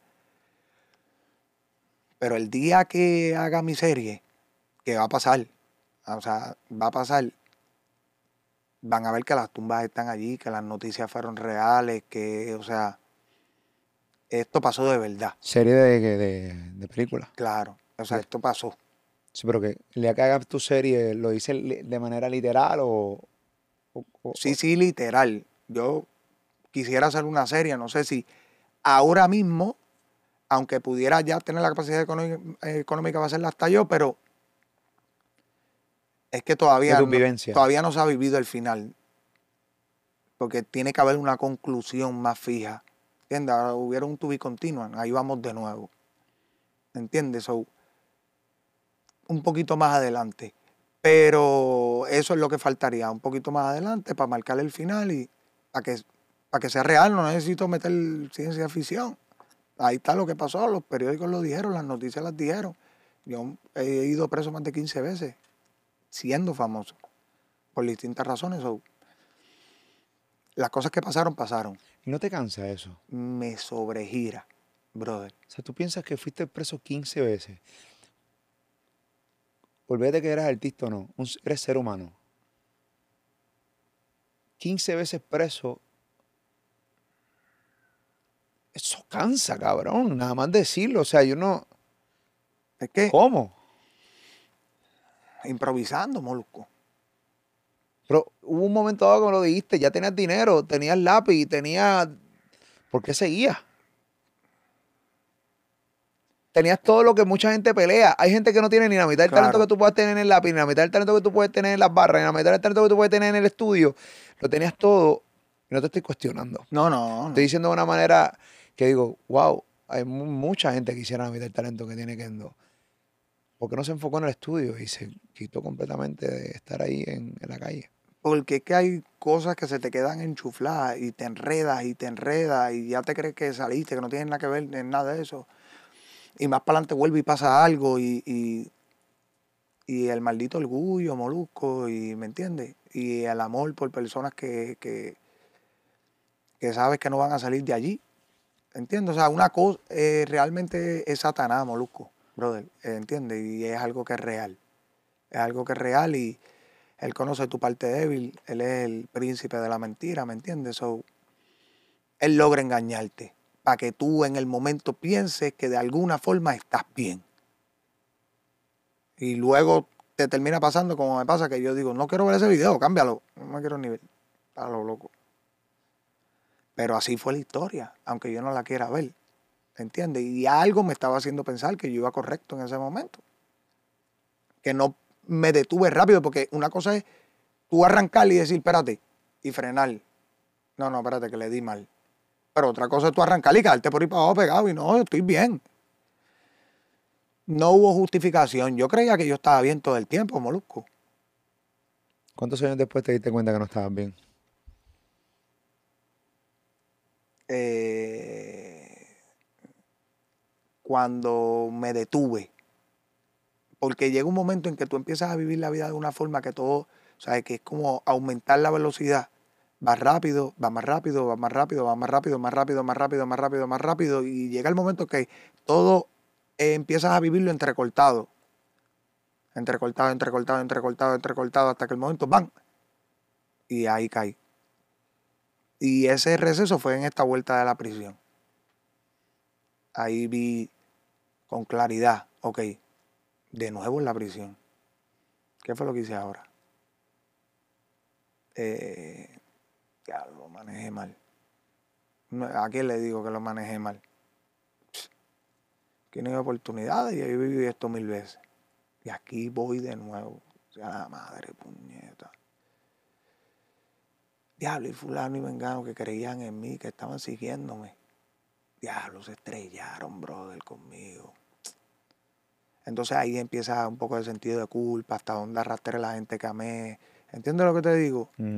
Pero el día que haga mi serie, que va a pasar, o sea, va a pasar, van a ver que las tumbas están allí, que las noticias fueron reales, que, o sea, esto pasó de verdad. Serie de, de, de película. Claro, o sea, Sí. esto pasó. Sí, pero que el día que hagas tu serie, ¿lo dices li- de manera literal o...? o- o- Sí, sí, literal. Yo quisiera hacer una serie, no sé si ahora mismo, aunque pudiera ya tener la capacidad económica, económica para hacerla hasta yo, pero es que de todavía tus no, vivencias. todavía no se ha vivido el final. Porque tiene que haber una conclusión más fija. ¿Entiendes? Ahora hubiera un to be continuum, ahí vamos de nuevo. ¿Entiendes? So, un poquito más adelante. Pero eso es lo que faltaría, un poquito más adelante para marcar el final y para que, para que sea real. No necesito meter ciencia ficción. Ahí está lo que pasó, los periódicos lo dijeron, las noticias las dijeron. Yo he ido preso más de quince veces, siendo famoso, por distintas razones. So, las cosas que pasaron, pasaron. ¿Y no te cansa eso? Me sobregira, brother. O sea, tú piensas que fuiste preso quince veces. Olvídate que eras artista o no. Un- eres ser humano. quince veces preso. Eso cansa, cabrón. Nada más decirlo. O sea, yo no... Es que ¿Cómo? improvisando, Molusco. Pero hubo un momento dado que me lo dijiste. Ya tenías dinero, tenías lápiz, tenías... ¿Por qué seguías? Tenías todo lo que mucha gente pelea. Hay gente que no tiene ni la mitad del Claro. talento que tú puedes tener en el lápiz, ni la mitad del talento que tú puedes tener en las barras, ni la mitad del talento que tú puedes tener en el estudio. Lo tenías todo y no te estoy cuestionando. No, no, no. Estoy diciendo de una manera que digo, wow, hay mu- mucha gente que quisiera la mitad del talento que tiene Kendo. ¿Por qué no se enfocó en el estudio y se quitó completamente de estar ahí en, en la calle? Porque es que hay cosas que se te quedan enchufladas y te enredas y te enredas y ya te crees que saliste, que no tienes nada que ver en nada de eso. Y más para adelante vuelve y pasa algo y, y, y el maldito orgullo, Molusco, y ¿me entiendes? Y el amor por personas que, que, que sabes que no van a salir de allí. ¿Entiendes? O sea, una cosa eh, realmente es Satanás, Molusco, brother, ¿entiendes? Y es algo que es real. Es algo que es real y él conoce tu parte débil, él es el príncipe de la mentira, ¿me entiendes? So, él logra engañarte para que tú en el momento pienses que de alguna forma estás bien. Y luego te termina pasando como me pasa, que yo digo, no quiero ver ese video, cámbialo. No me quiero ni ver. A lo loco. Pero así fue la historia, aunque yo no la quiera ver. ¿Entiendes? Y algo me estaba haciendo pensar que yo iba correcto en ese momento. Que no me detuve rápido, porque una cosa es tú arrancar y decir, espérate, y frenar. No, no, espérate, que le di mal. Pero otra cosa es tú arrancar y quedarte por ahí para abajo pegado y no, yo estoy bien. No hubo justificación. Yo creía que yo estaba bien todo el tiempo, Molusco. ¿Cuántos años después te diste cuenta que no estabas bien? eh, cuando me detuve. Porque llega un momento en que tú empiezas a vivir la vida de una forma que todo, o sea, que es como aumentar la velocidad. Va rápido, va más rápido, va más rápido, va más rápido, más rápido, más rápido, más rápido, más rápido. Y llega el momento que todo eh, empiezas a vivirlo entrecortado. Entrecortado, entrecortado, entrecortado, entrecortado, hasta que el momento, ¡bam! Y ahí caí. Y ese receso fue en esta vuelta de la prisión. Ahí vi con claridad, ok, de nuevo en la prisión. ¿Qué fue lo que hice ahora? Eh, ya lo manejé mal. ¿A quién le digo que lo manejé mal? Que no hay oportunidades y yo viví esto mil veces. Y aquí voy de nuevo. O sea, la madre puñeta. Diablo, y fulano y vengano que creían en mí, que estaban siguiéndome. Diablo, se estrellaron, brother, conmigo. Entonces ahí empieza un poco de sentido de culpa, hasta dónde arrastré a la gente que amé. ¿Entiendes lo que te digo? Mm.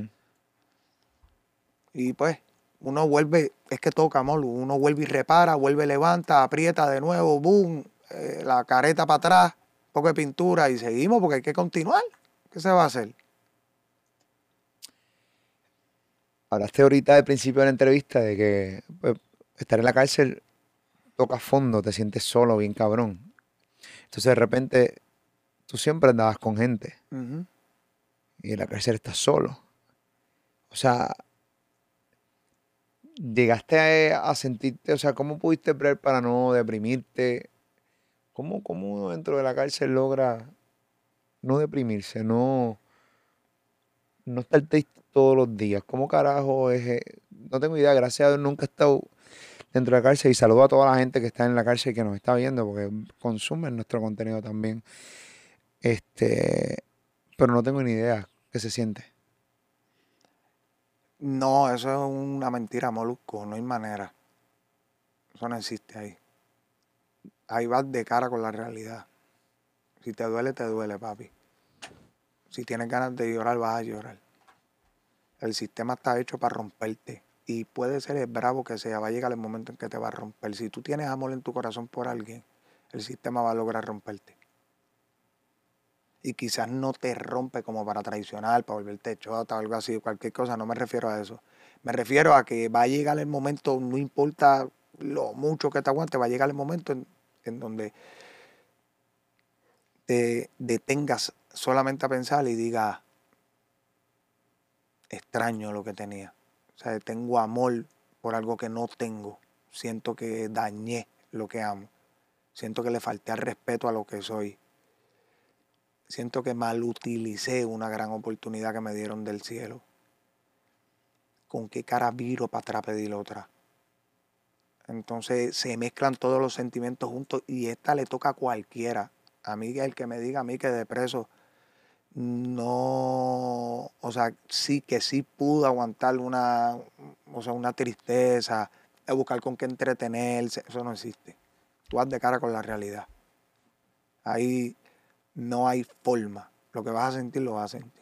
Y pues, uno vuelve, es que toca, amor, uno vuelve y repara, vuelve, levanta, aprieta de nuevo, boom, eh, la careta para atrás, un poco de pintura y seguimos porque hay que continuar. ¿Qué se va a hacer? Hablaste ahorita al principio de la entrevista de que pues, estar en la cárcel toca fondo, te sientes solo, bien cabrón. Entonces de repente tú siempre andabas con gente Uh-huh. y en la cárcel estás solo. O sea, llegaste a, a sentirte, o sea, ¿cómo pudiste ver para no deprimirte? ¿Cómo, cómo uno dentro de la cárcel logra no deprimirse, no, no estar triste todos los días? ¿Cómo carajo es? eh? No tengo idea, gracias a Dios nunca he estado dentro de la cárcel y saludo a toda la gente que está en la cárcel y que nos está viendo porque consumen nuestro contenido también. Este, pero no tengo ni idea qué se siente. No, eso es una mentira, Molusco, no hay manera. Eso no existe ahí. Ahí vas de cara con la realidad. Si te duele, te duele, papi. Si tienes ganas de llorar, vas a llorar. El sistema está hecho para romperte. Y puede ser el bravo que sea, va a llegar el momento en que te va a romper. Si tú tienes amor en tu corazón por alguien, el sistema va a lograr romperte. Y quizás no te rompe como para traicionar, para volverte chota o algo así, cualquier cosa, no me refiero a eso. Me refiero a que va a llegar el momento, no importa lo mucho que te aguante, va a llegar el momento en, en donde te detengas solamente a pensar y digas, extraño lo que tenía. O sea, tengo amor por algo que no tengo. Siento que dañé lo que amo. Siento que le falté al respeto a lo que soy. Siento que malutilicé una gran oportunidad que me dieron del cielo. ¿Con qué cara viro para atrás pedir otra? Entonces se mezclan todos los sentimientos juntos y esta le toca a cualquiera. A mí, el que me diga a mí que de preso no, o sea, sí que sí pudo aguantar una, o sea, una tristeza, de buscar con qué entretenerse, eso no existe. Tú vas de cara con la realidad. Ahí no hay forma. Lo que vas a sentir, lo vas a sentir.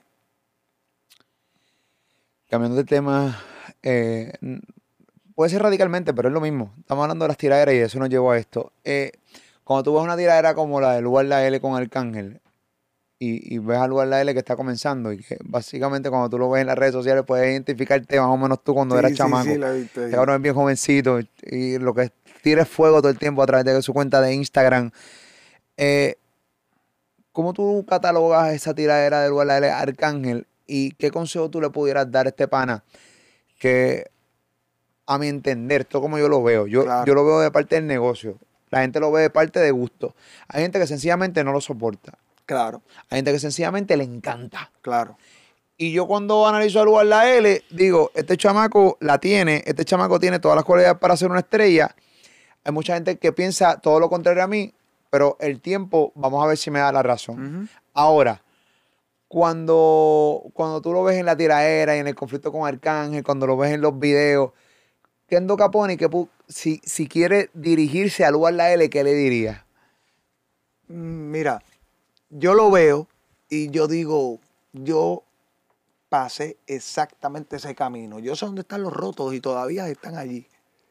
Cambiando de tema, eh, n- puede ser radicalmente, pero es lo mismo. Estamos hablando de las tiraderas y eso nos llevó a esto. Eh, cuando tú ves una tiradera como la del Lugar La L con Arcángel y, y ves al Lugar La L que está comenzando y que básicamente cuando tú lo ves en las redes sociales puedes identificarte más o menos tú cuando eras Sí, sí, chamaco. sí, lo he visto. Este Sí. cabrón es bien jovencito y lo que tira es fuego todo el tiempo a través de su cuenta de Instagram. Eh, ¿Cómo tú catalogas esa tiradera del Lugar La L Arcángel y qué consejo tú le pudieras dar a este pana que a mi entender, esto como yo lo veo, yo, Claro. yo lo veo de parte del negocio, la gente lo ve de parte de gusto, hay gente que sencillamente no lo soporta, Claro, hay gente que sencillamente le encanta. claro. Y yo cuando analizo al Lugar La L, digo, este chamaco la tiene, este chamaco tiene todas las cualidades para ser una estrella. Hay mucha gente que piensa todo lo contrario a mí, pero el tiempo, vamos a ver si me da la razón. Uh-huh. Ahora, cuando, cuando tú lo ves en la tiraera y en el conflicto con Arcángel, cuando lo ves en los videos, Kendo Capone, que pu- si, si quiere dirigirse al Lugar La L, ¿qué le diría? Mira, yo lo veo y yo digo, yo pasé exactamente ese camino. Yo sé dónde están los rotos y todavía están allí.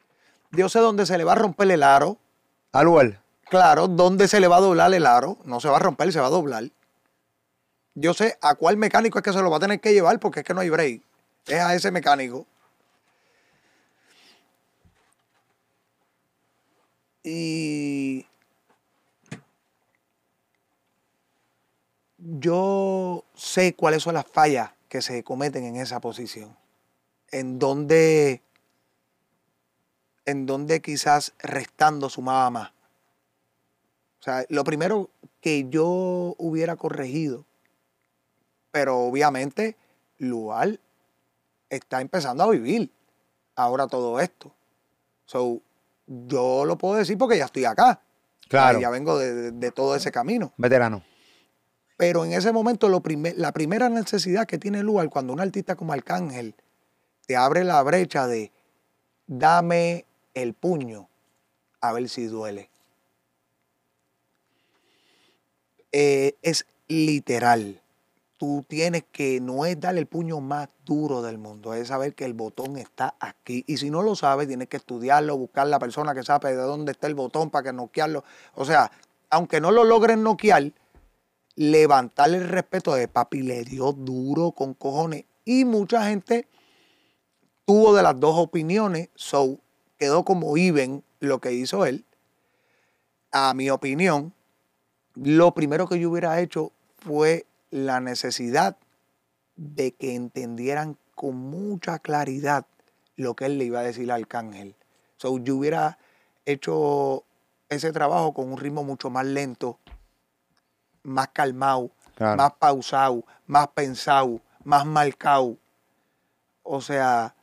Yo sé dónde se le va a romper el aro. Al lugar. Claro, dónde se le va a doblar el aro. No se va a romper, se va a doblar. Yo sé a cuál mecánico es que se lo va a tener que llevar porque es que no hay break. Es a ese mecánico. Y yo sé cuáles son las fallas que se cometen en esa posición. En donde, en donde quizás restando sumaba más. O sea, lo primero que yo hubiera corregido, pero obviamente Lual está empezando a vivir ahora todo esto. So, yo lo puedo decir porque ya estoy acá. Claro. Ya vengo de, de, de todo ese camino. Veterano. Pero en ese momento lo primer, la primera necesidad que tiene Lual cuando un artista como Arcángel te abre la brecha de dame el puño a ver si duele. Eh, es literal. Tú tienes que, no es darle el puño más duro del mundo, es saber que el botón está aquí. Y si no lo sabes, tienes que estudiarlo, buscar la persona que sabe de dónde está el botón para que noquearlo. O sea, aunque no lo logren noquear, levantarle el respeto de papi, le dio duro con cojones. Y mucha gente tuvo de las dos opiniones, so quedó como even lo que hizo él. A mi opinión, lo primero que yo hubiera hecho fue la necesidad de que entendieran con mucha claridad lo que él le iba a decir al Arcángel. So, yo hubiera hecho ese trabajo con un ritmo mucho más lento, más calmado, claro, más pausado, más pensado, más marcado. O sea,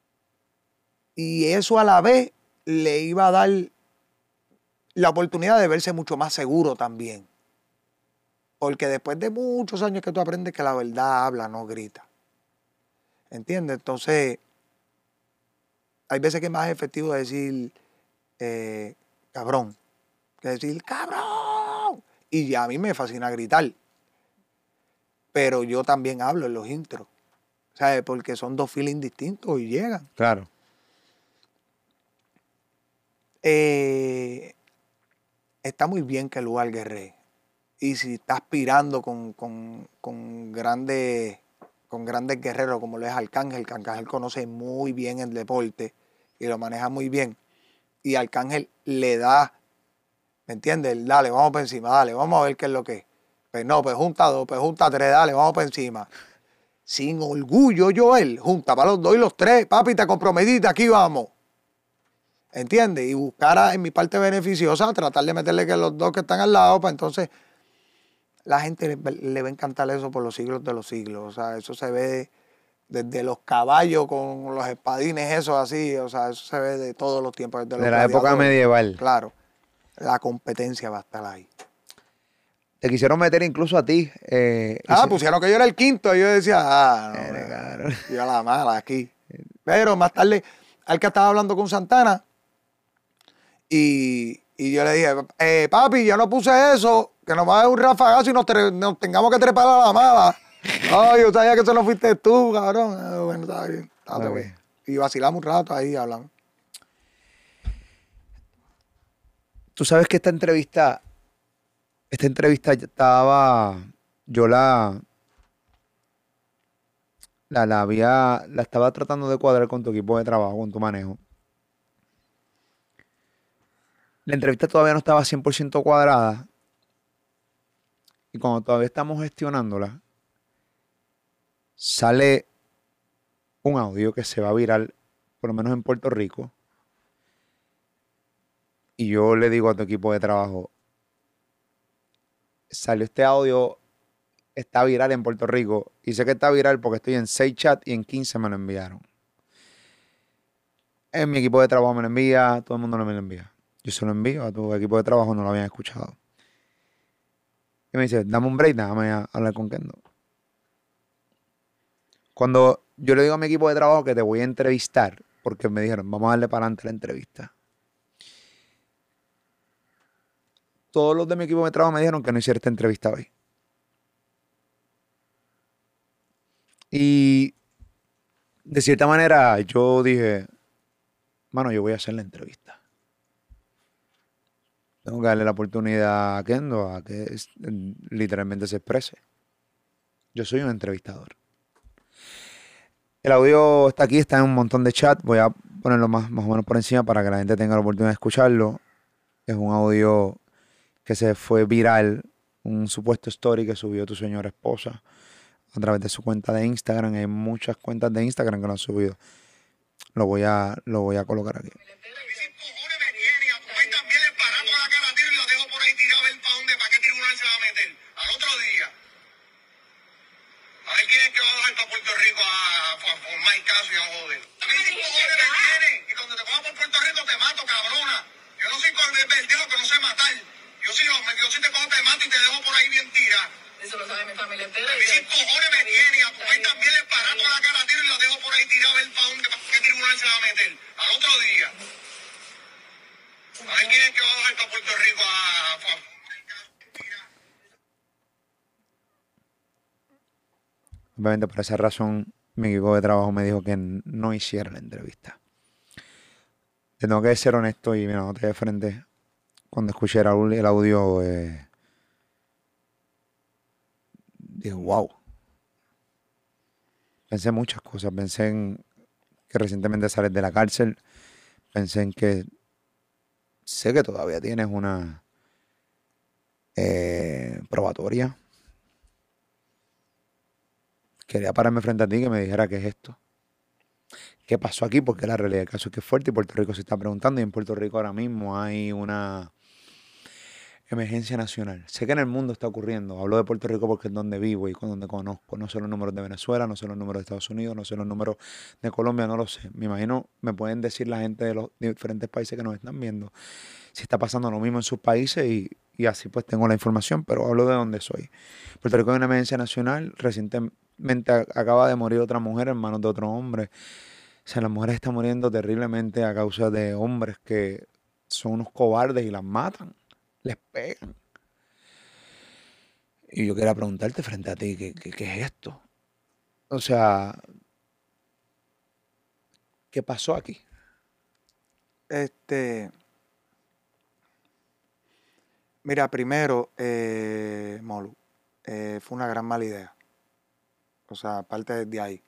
y eso a la vez le iba a dar la oportunidad de verse mucho más seguro también. Porque después de muchos años que tú aprendes que la verdad habla, no grita. ¿Entiendes? Entonces, hay veces que es más efectivo decir eh, cabrón que decir cabrón. Y ya a mí me fascina gritar. Pero yo también hablo en los intros. ¿Sabes? Porque son dos feelings distintos y llegan. Claro. Eh, está muy bien que Lual guerree. Y si está aspirando con, con, con, grandes, con grandes guerreros como lo es Arcángel, que Arcángel conoce muy bien el deporte y lo maneja muy bien. Y Arcángel le da, ¿me entiendes? Dale, vamos para encima, dale, vamos a ver qué es lo que es. Pues no, pues junta dos, pues junta tres, dale, vamos para encima. Sin orgullo, Joel, junta para los dos y los tres, papi, te comprometiste, aquí vamos. ¿Entiendes? Y buscar a, en mi parte beneficiosa, tratar de meterle que los dos que están al lado, para entonces la gente le, le va a encantar eso por los siglos de los siglos. O sea, eso se ve desde los caballos con los espadines, eso así. O sea, eso se ve de todos los tiempos. Desde de la época medieval. Claro. La competencia va a estar ahí. Te quisieron meter incluso a ti. Eh, ah, pusieron que yo era el quinto. Y yo decía, ah, no, eh, claro. Yo la mala aquí. Pero más tarde, al que estaba hablando con Santana, y, y yo le dije, eh, papi, yo no puse eso, que nos va a dar un rafagazo y nos, nos tengamos que trepar a la mala. Ay, yo sabía que eso no fuiste tú, cabrón. Ah, bueno, está bien. Está okay. bien. Y vacilamos un rato ahí hablando. Tú sabes que esta entrevista, esta entrevista estaba, yo la, la, la había, la estaba tratando de cuadrar con tu equipo de trabajo, con tu manejo. La entrevista todavía no estaba cien por ciento cuadrada. Y cuando todavía estamos gestionándola, sale un audio que se va a viral, por lo menos en Puerto Rico. Y yo le digo a tu equipo de trabajo, salió este audio, está viral en Puerto Rico. Y sé que está viral porque estoy en seis chats y en quince me lo enviaron. En mi equipo de trabajo me lo envía, todo el mundo me lo envía. Yo se lo envío a tu equipo de trabajo, no lo habían escuchado. Y me dice, dame un break, déjame a hablar con Kendo. Cuando yo le digo a mi equipo de trabajo que te voy a entrevistar, porque me dijeron, vamos a darle para adelante la entrevista. Todos los de mi equipo de trabajo me dijeron que no hiciera esta entrevista hoy. Y de cierta manera yo dije, mano, yo voy a hacer la entrevista. Tengo que darle la oportunidad a Kendo a que es- literalmente se exprese. Yo soy un entrevistador. El audio está aquí, está en un montón de chat. Voy a ponerlo más, más o menos por encima para que la gente tenga la oportunidad de escucharlo. Es un audio que se fue viral, un supuesto story que subió tu señora esposa a través de su cuenta de Instagram. Hay muchas cuentas de Instagram que lo han subido. Lo voy a, lo voy a colocar aquí. A ver quién es que va a bajar para Puerto Rico a, a formar caso y a joder. A mí sin cojones me tienen. Y cuando te coja por Puerto Rico te mato, cabrona. Yo no soy verdejo que no sé matar. Yo sí, yo sí te cojo, te mato y te dejo por ahí bien tirada. Eso lo sabe mi familia entera. A mí sin cojones me tienen. Y a tu país también le parato la cara a tiro y la dejo por ahí tirada a ver para dónde, para qué tribunal se va a meter. Al otro día. A ver quién es que va a bajar para Puerto Rico a... a Obviamente por esa razón mi equipo de trabajo me dijo que no hiciera la entrevista. Te tengo que ser honesto y mira, no te de frente. Cuando escuché el au- el audio, eh, dije, wow. Pensé en muchas cosas. Pensé en que recientemente sales de la cárcel. Pensé en que sé que todavía tienes una eh, probatoria. Quería pararme frente a ti y que me dijera qué es esto. ¿Qué pasó aquí? Porque la realidad del caso es que es fuerte y Puerto Rico se está preguntando y en Puerto Rico ahora mismo hay una emergencia nacional. Sé que en el mundo está ocurriendo. Hablo de Puerto Rico porque es donde vivo y con donde conozco. No sé los números de Venezuela, no sé los números de Estados Unidos, no sé los números de Colombia, no lo sé. Me imagino, me pueden decir la gente de los diferentes países que nos están viendo si está pasando lo mismo en sus países y, y así pues tengo la información, pero hablo de donde soy. Puerto Rico es una emergencia nacional. Recientemente a- acaba de morir otra mujer en manos de otro hombre. O sea, las mujeres están muriendo terriblemente a causa de hombres que son unos cobardes y las matan, les pegan. Y yo quería preguntarte frente a ti, ¿qué, qué, qué es esto? O sea, ¿qué pasó aquí? Este, mira, primero, eh, Molu, eh, fue una gran mala idea. O sea, aparte de ahí.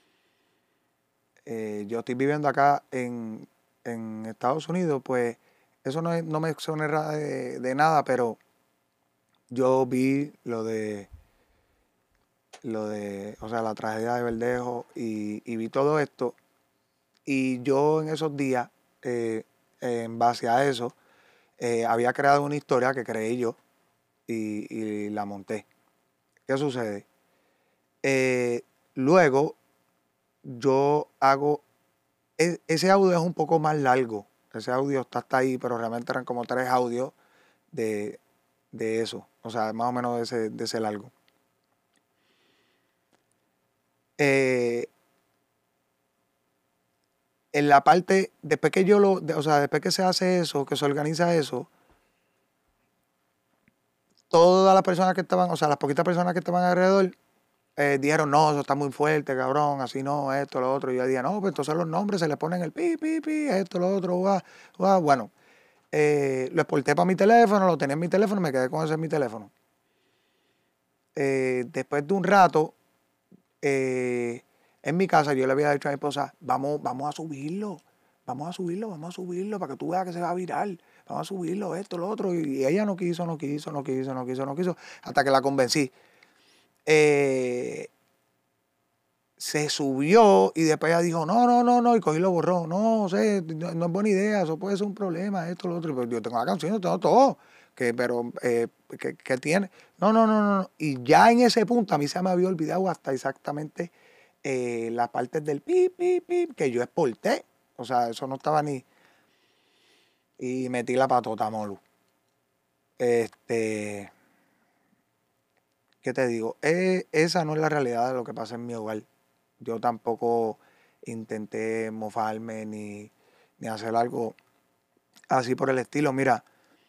Eh, yo estoy viviendo acá en, en Estados Unidos, pues eso no, es- no me exonera de, de nada, pero yo vi lo de, lo de, o sea, la tragedia de Verdejo y, y vi todo esto. Y yo en esos días, eh, en base a eso, eh, había creado una historia que creí yo y, y la monté. ¿Qué sucede? Eh, luego yo hago, e- ese audio es un poco más largo. Ese audio está hasta ahí, pero realmente eran como tres audios de, de eso. O sea, más o menos de ese, de ese largo. Eh, en la parte, después que yo lo, de- o sea, después que se hace eso, que se organiza eso, todas las personas que estaban, o sea, las poquitas personas que estaban alrededor, eh, dijeron, no, eso está muy fuerte, cabrón, así no, esto, lo otro. Y yo dije, no, pues entonces los nombres se le ponen el pi, pi, pi, esto, lo otro, guau, guau. Bueno, eh, lo exporté para mi teléfono, lo tenía en mi teléfono, me quedé con ese en mi teléfono. Eh, después de un rato, eh, en mi casa yo le había dicho a mi esposa, vamos, vamos a subirlo, vamos a subirlo, vamos a subirlo, para que tú veas que se va a virar, vamos a subirlo, esto, lo otro. Y ella no quiso, no quiso, no quiso, no quiso, no quiso, hasta que la convencí. Eh, se subió y después ella dijo, no, no, no, no, y cogí y lo borró. No, sé, no, no es buena idea, eso puede ser un problema, esto, lo otro. Y pues yo tengo la canción, yo tengo todo, que, pero, eh, ¿qué, qué tiene? No, no, no, no, no. Y ya en ese punto a mí se me había olvidado hasta exactamente eh, las partes del pip, pip, pip, que yo exporté. O sea, eso no estaba ni... Y metí la patota, Molu. Este... ¿Qué te digo? Eh, esa no es la realidad de lo que pasa en mi hogar. Yo tampoco intenté mofarme ni, ni hacer algo así por el estilo. Mira,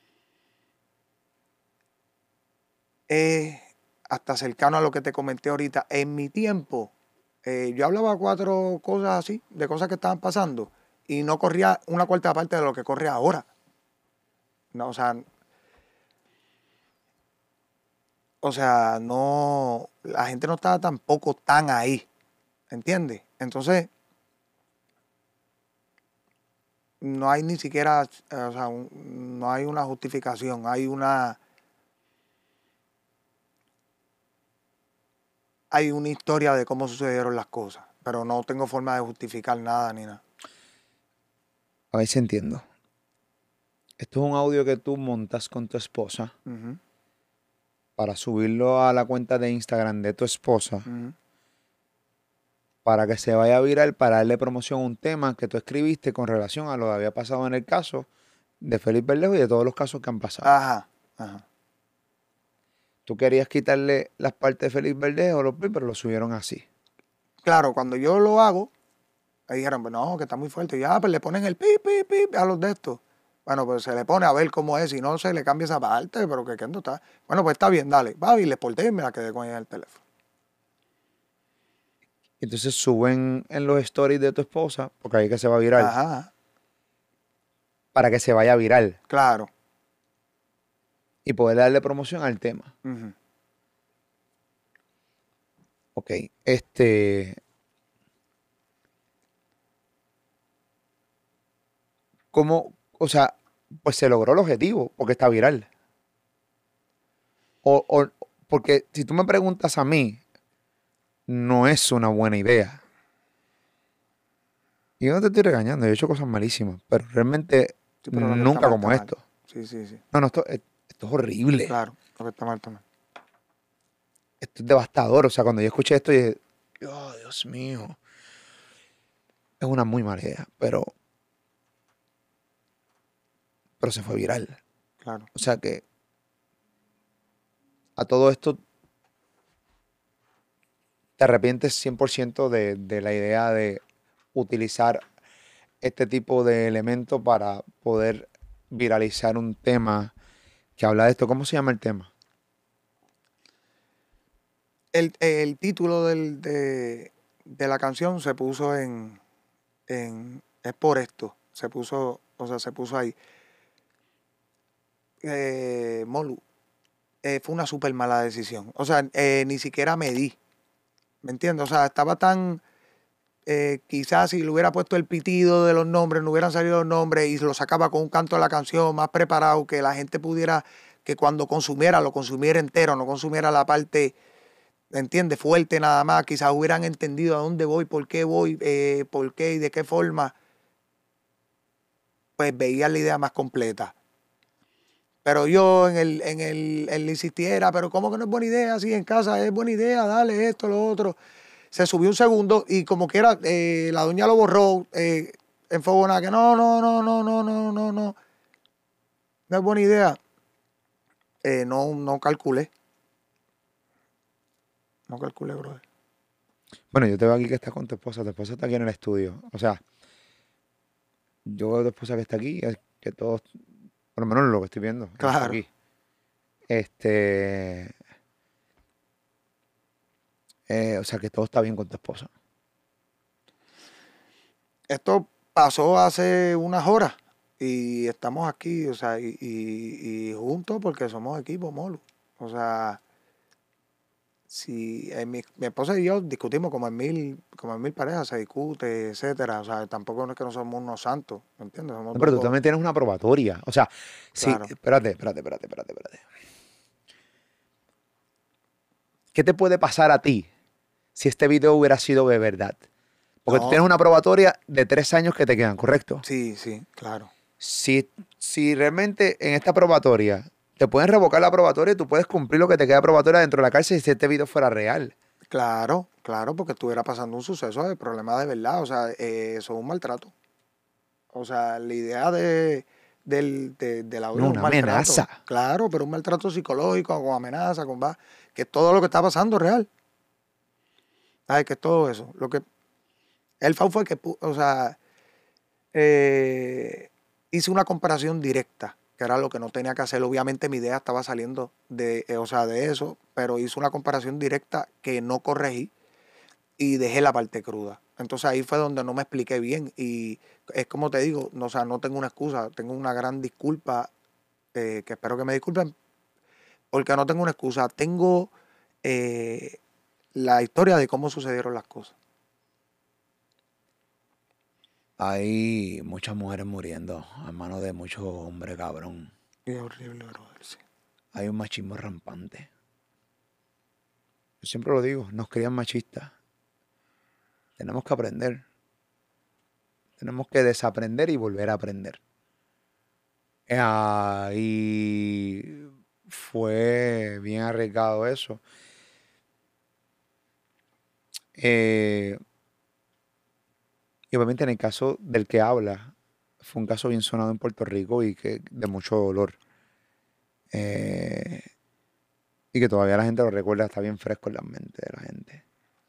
eh, hasta cercano a lo que te comenté ahorita, en mi tiempo, eh, yo hablaba cuatro cosas así, de cosas que estaban pasando, y no corría una cuarta parte de lo que corre ahora. No, o sea, o sea, no, la gente no estaba tampoco tan ahí, ¿entiendes? Entonces, no hay ni siquiera, eh, o sea, un- no hay una justificación, hay una, hay una historia de cómo sucedieron las cosas, pero no tengo forma de justificar nada ni nada. A ver si entiendo. Esto es un audio que tú montas con tu esposa Ujú, para subirlo a la cuenta de Instagram de tu esposa ujú. para que se vaya viral, para darle promoción a un tema que tú escribiste con relación a lo que había pasado en el caso de Félix Verdejo y de todos los casos que han pasado. Ajá, ajá. Tú querías quitarle las partes de Félix Verdejo, los pi, pero lo subieron así. Claro, cuando yo lo hago, ahí dijeron, pues no, que está muy fuerte. Y ya, pues le ponen el pip, pip, pip a los de estos. Bueno, pues se le pone a ver cómo es, si no se le cambia esa parte, pero que qué no está. Bueno, pues está bien, dale. Va, y le exporté y me la quedé con ella en el teléfono. Entonces suben en los stories de tu esposa, porque ahí que se va viral, Ajá, para que se vaya viral claro. y poder darle promoción al tema. Ujú. Ok, este, ¿cómo? O sea, pues se logró el objetivo, porque está viral. O, o- porque si tú me preguntas a mí, no es una buena idea. Y yo no te estoy regañando, yo he hecho cosas malísimas, pero realmente Sí, pero lo que está nunca mal está como mal. esto. Sí, sí, sí. No, no, esto, es- esto es horrible. Claro, lo que está mal está mal. Esto es devastador. O sea, cuando yo escuché esto, dije, oh, Dios mío, es una muy mala idea, pero, pero se fue viral. Claro. O sea que a todo esto te arrepientes cien por ciento de, de la idea de utilizar este tipo de elementos para poder viralizar un tema que habla de esto. ¿Cómo se llama el tema? El, el título del, de, de la canción se puso en, en. Es por esto. Se puso, o sea, se puso ahí. Eh, Molu, eh, fue una súper mala decisión. O sea, eh, ni siquiera medí. ¿Me entiendes? O sea, estaba tan. Eh, quizás si le hubiera puesto el pitido de los nombres, no hubieran salido los nombres y lo sacaba con un canto de la canción más preparado, que la gente pudiera, que cuando consumiera, lo consumiera entero, no consumiera la parte, ¿entiendes? Fuerte nada más. Quizás hubieran entendido a dónde voy, por qué voy, eh, por qué y de qué forma. Pues veía la idea más completa. Pero yo en el, en el, en el insistiera, pero ¿cómo que no es buena idea? Sí, en casa es buena idea, dale esto, lo otro. Se subió un segundo y como quiera, eh, la doña lo borró, eh, en fogona, que no, no, no, no, no, no, no, no. No es buena idea. Eh, no, no calculé. No calculé, brother. Bueno, yo te veo aquí que estás con tu esposa. Tu esposa está aquí en el estudio. O sea, yo veo a tu esposa que está aquí, es que todos, por lo menos lo que estoy viendo, ella está Claro. aquí. Este, eh, o sea, que todo está bien con tu esposa. Esto pasó hace unas horas y estamos aquí, o sea, y, y, y juntos porque somos equipo, Molu. O sea, si eh, mi, mi esposa y yo discutimos como en mil, como en mil parejas, se discute, etcétera. O sea, tampoco no es que no somos unos santos, ¿me entiendes? Somos No, dos pero tú bobos. también tienes una probatoria. O sea, sí, Claro. espérate, espérate, espérate, espérate, espérate. ¿Qué te puede pasar a ti si este video hubiera sido de verdad? Porque tú No, tienes una probatoria de tres años que te quedan, ¿correcto? sí, sí, claro. Si, si realmente en esta probatoria te pueden revocar la probatoria y tú puedes cumplir lo que te queda de probatoria dentro de la cárcel si este video fuera real. Claro, claro, porque estuviera pasando un suceso de problema de verdad. O sea, eh, eso es un maltrato. O sea, la idea de, del, de, del audio No, es un una maltrato. amenaza. Claro, pero un maltrato psicológico, con amenaza, con va, que es todo lo que está pasando real. ¿Sabes? Que es todo eso. Lo que el F A U fue que, pu- o sea, eh, hice una comparación directa, que era lo que no tenía que hacer. Obviamente mi idea estaba saliendo de, eh, o sea, de eso, pero hice una comparación directa que no corregí y dejé la parte cruda. Entonces ahí fue donde no me expliqué bien. Y es como te digo, no, o sea, no tengo una excusa, tengo una gran disculpa, eh, que espero que me disculpen, porque no tengo una excusa. Tengo eh, la historia de cómo sucedieron las cosas. Hay muchas mujeres muriendo a manos de muchos hombres, cabrón. Y es horrible, brother, sí. Hay un machismo rampante. Yo siempre lo digo, nos crían machistas. Tenemos que aprender. Tenemos que desaprender y volver a aprender. Ah, y fue bien arriesgado eso. Eh, y obviamente en el caso del que habla, fue un caso bien sonado en Puerto Rico y que de mucho dolor. Eh, y que todavía la gente lo recuerda, está bien fresco en la mente de la gente.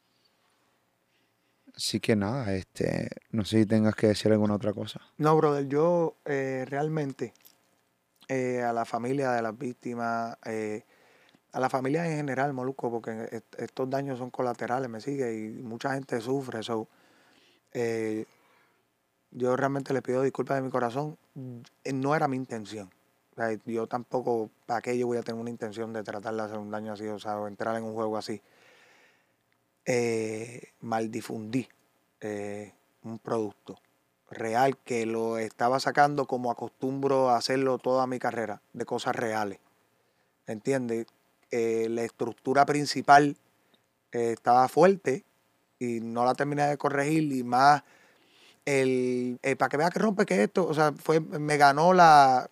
Así que nada, este, no sé si tengas que decir alguna otra cosa. No, brother, yo eh, realmente eh, a la familia de las víctimas, eh, a la familia en general, Molusco, porque est- estos daños son colaterales, me sigue, y mucha gente sufre. So, eh, yo realmente le pido disculpas de mi corazón. Eh, No era mi intención. O sea, yo tampoco, ¿para qué yo voy a tener una intención de tratar de hacer un daño así, o sea, o entrar en un juego así? Eh, mal difundí eh, un producto real que lo estaba sacando como acostumbro a hacerlo toda mi carrera, de cosas reales. ¿Entiendes? Eh, la estructura principal eh, estaba fuerte y no la terminé de corregir, y más el, eh, para que vea que rompe que esto, o sea, fue, me ganó la...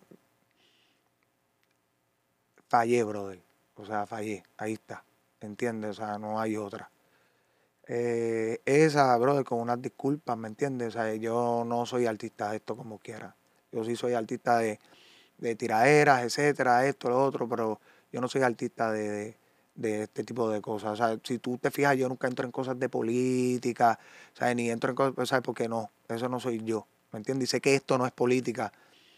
Fallé, brother. O sea, fallé. Ahí está. ¿Entiendes? O sea, no hay otra. Eh, esa, brother, con unas disculpas, ¿me entiendes? O sea, yo no soy artista de esto como quiera. Yo sí soy artista de, de tiraderas, etcétera, esto, lo otro, pero yo no soy artista de, de, de este tipo de cosas. O sea, si tú te fijas, yo nunca entro en cosas de política, ¿sabes? Ni entro en cosas, ¿sabes? Porque no, eso no soy yo, ¿me entiendes? Y sé que esto no es política,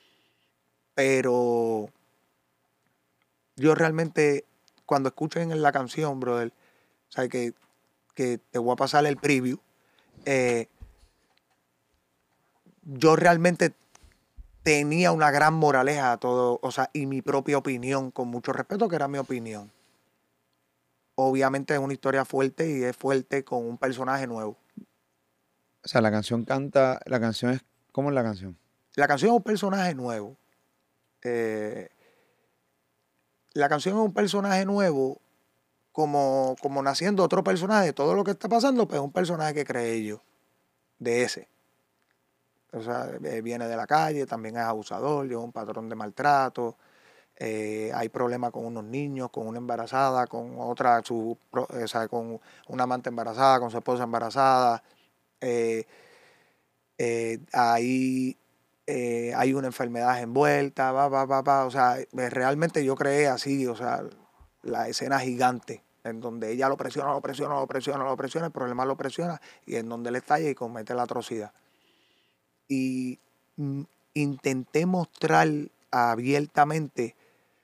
pero yo realmente, cuando escuchen la canción, brother, ¿sabes? Que, que te voy a pasar el preview, eh, yo realmente tenía una gran moraleja a todo, o sea, y mi propia opinión, con mucho respeto, que era mi opinión. Obviamente es una historia fuerte y es fuerte con un personaje nuevo. O sea, la canción canta, la canción es, ¿cómo es la canción? La canción es un personaje nuevo. Eh, la canción es un personaje nuevo, como, como naciendo otro personaje. Todo lo que está pasando, pues es un personaje que creé yo, de ese. O sea, eh, viene de la calle, también es abusador, es un patrón de maltrato. Eh, hay problemas con unos niños, con una embarazada, con otra, su, pro- o sea, con una amante embarazada, con su esposa embarazada. Eh, eh, ahí eh, hay una enfermedad envuelta, va, va, va, va. O sea, eh, realmente yo creé así, o sea, la escena gigante, en donde ella lo presiona, lo presiona, lo presiona, lo presiona, el problema lo presiona, y en donde él estalla y comete la atrocidad. Y mm, intenté mostrar abiertamente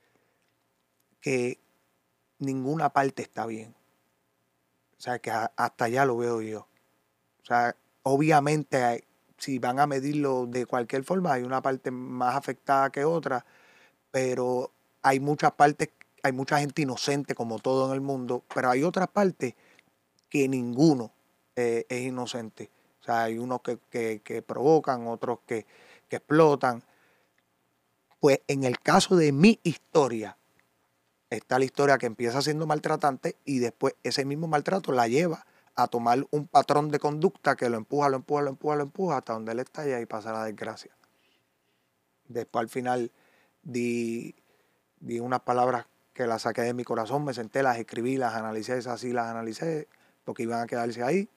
que ninguna parte está bien. O sea, que a- hasta allá lo veo yo. O sea, obviamente, hay- si van a medirlo de cualquier forma, hay una parte más afectada que otra, pero hay muchas partes, hay mucha gente inocente como todo en el mundo, pero hay otras partes que ninguno eh, es inocente. O sea, hay unos que, que- que provocan, otros que, que explotan. Pues en el caso de mi historia, está la historia que empieza siendo maltratante y después ese mismo maltrato la lleva a tomar un patrón de conducta que lo empuja, lo empuja, lo empuja, lo empuja hasta donde él estalla y pasa la desgracia. Después al final di, di unas palabras que las saqué de mi corazón, me senté, las escribí, las analicé, esas sí las analicé, porque iban a quedarse ahí.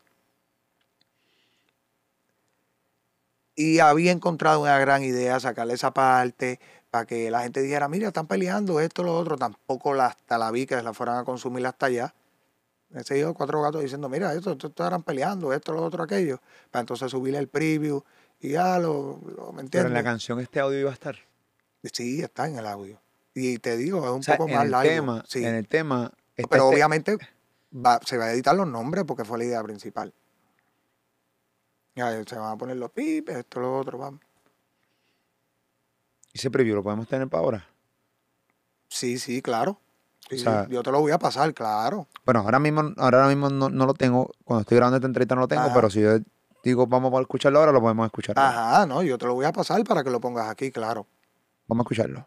Y había encontrado una gran idea, sacarle esa parte, para que la gente dijera, mira, están peleando esto, lo otro. Tampoco la, hasta la vi que la fueran a consumir hasta allá. Me seguido cuatro gatos diciendo, mira, esto, esto estarán peleando, esto, lo otro, aquello. Para entonces subirle el preview y ya lo, lo- ¿me Pero en la entiendes? canción este audio iba a estar. Sí, está en el audio. Y te digo, es O un sea, poco en más el largo, tema, en sí. el tema está Pero este. obviamente va, se va a editar los nombres porque fue la idea principal. Ya, se van a poner los pipes, esto, lo otro, vamos. ¿Y ese preview lo podemos tener para ahora? Sí, sí, claro. Sí, O sea, yo te lo voy a pasar, claro. Bueno, ahora mismo, ahora mismo no, no lo tengo. Cuando estoy grabando esta entrevista no lo tengo, Ajá. pero si yo digo vamos a escucharlo ahora, lo podemos escuchar. ahora. Ajá, no, yo te lo voy a pasar para que lo pongas aquí, claro. Vamos a escucharlo.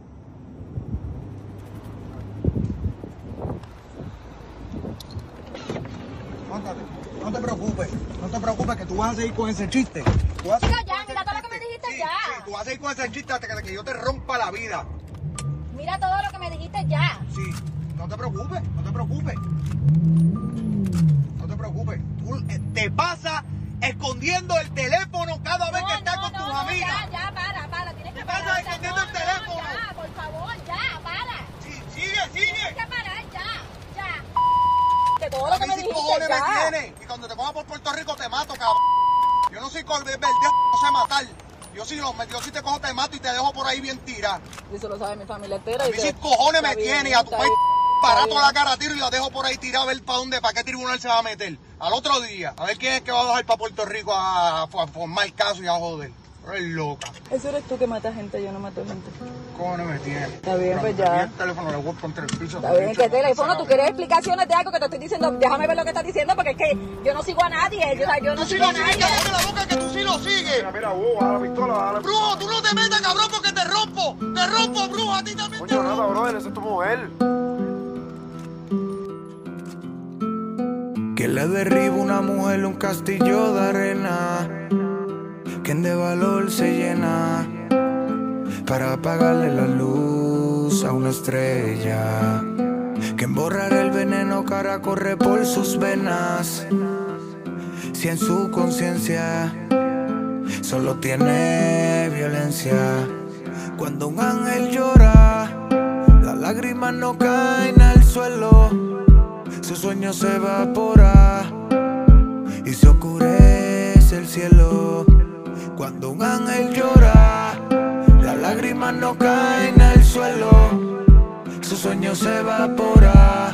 Móntate, no te preocupes, no te preocupes que tú vas a seguir con ese chiste. Tú vas a Mira seguir ya, con ese mira todo lo que me chiste. dijiste Sí, ya. Sí, tú vas a seguir con ese chiste hasta que, que yo te rompa la vida. Mira todo lo que me dijiste ya. Sí, no te preocupes, no te preocupes. No te preocupes. Tú eh, te pasas escondiendo el teléfono cada vez No, que estás no, con no, tus no, amigas. Ya, ya, para, para. Tienes que ¿Qué parar. pasa ya, escondiendo no, el no, teléfono? Ya, por favor, ya, para. Sí, sigue, Tienes sigue. que parar, ya, ya. Que todo lo A que mí me sin dijiste cojones me ya. tiene. Y cuando te pongas por Puerto Rico te mato, cabrón. Yo no soy colbert, no sé matar. Yo sí, lo, yo sí te cojo, te mato y te dejo por ahí bien tirado. Y eso lo sabe mi familia entera. A y mí que- sin cojones me está bien, tiene y a tu está país bien, barato está la bien. cara a tiro y la dejo por ahí tirada a ver para dónde, para qué tribunal se va a meter. Al otro día, a ver quién es que va a bajar para Puerto Rico a, a, a formar caso y a joder. Eres loca. Eso eres tú que matas gente, yo no mato gente. Cojones me tiene. Está bien, pues Cuando ya. te vi el teléfono le voy contra el piso. Está bien, ¿qué teléfono? ¿Tú quieres explicaciones de algo que te estoy diciendo? Déjame ver lo que estás diciendo porque es que yo no sigo a nadie. Yo, o sea, yo no Tú sí sigo lo a sigues, nadie. cállate la boca que tú sí lo sigues. Mira, mira, Hugo, baja la pistola, baja la pistola. Brujo, tú no te metas, cabrón, porque te rompo. Te rompo, brujo, a ti también te Coño, nada, rompo. brother, esa es tu mujer. Que le derriba una mujer un castillo de arena, quien de valor se llena para apagarle la luz a una estrella, que borrar el veneno que ahora corre por sus venas, si en su conciencia solo tiene violencia. Cuando un ángel llora, las lágrimas no caen al suelo, su sueño se evapora y se oscurece el cielo. Cuando un ángel llora, las lágrimas no caen al suelo, su sueño se evapora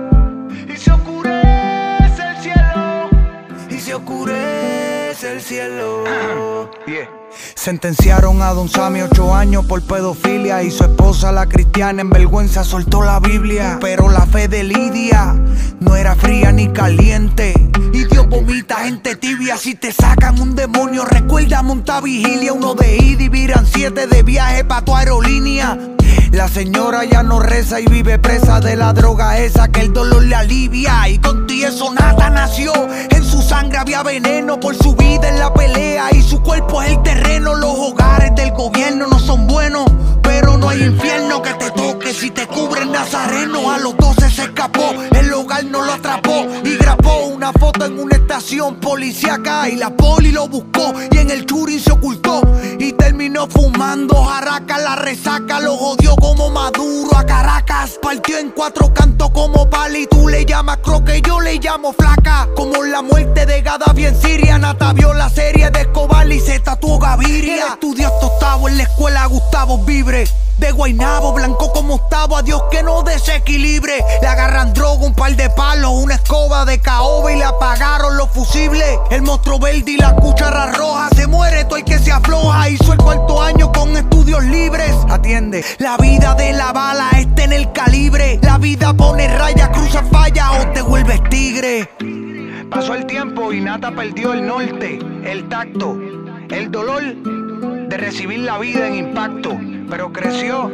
y se oscurece el cielo. Y se oscurece el cielo. Yeah. Sentenciaron a Don Sammy ocho años por pedofilia y su esposa, la cristiana, en vergüenza soltó la Biblia. Pero la fe de Lidia no era fría ni caliente, y Dios vomita gente tibia si te sacan un demonio. Recuerda montar vigilia, uno de ida y viran siete de viaje pa' tu aerolínea. La señora ya no reza y vive presa de la droga esa que el dolor le alivia. Y con ti eso nada nació, en su sangre había veneno por su vida en la pelea y su cuerpo es el terreno. Los hogares del gobierno no son buenos, pero no hay infierno que te toque si te cubre el nazareno. A los doce se escapó, el hogar no lo atrapó y grabó una foto en una estación policíaca y la poli lo buscó y en el churín se ocultó y terminó fumando jaraca. La resaca lo jodió como Maduro a Caracas, partió en cuatro cantos como Pali. Tú le llamas croque, yo le llamo flaca. Como la muerte de Gaddafi en Siria, Nata vio la serie de Escobar y se tatuó Gaviria. Él estudió hasta octavo en la escuela Gustavo Vibre, de Guaynabo, blanco como octavo, a Dios que no desequilibre. Le agarran droga, un par de palos, una escoba de caoba y le apagaron los fusibles. El monstruo verde y la cuchara roja, se muere todo el que se afloja. Hizo el cuarto año con estudios libres. Atiende, la vida de la bala está en el calibre. La vida pone raya, cruza falla o te vuelves tigre. Pasó el tiempo y Nata perdió el norte, el tacto, el dolor de recibir la vida en impacto, pero creció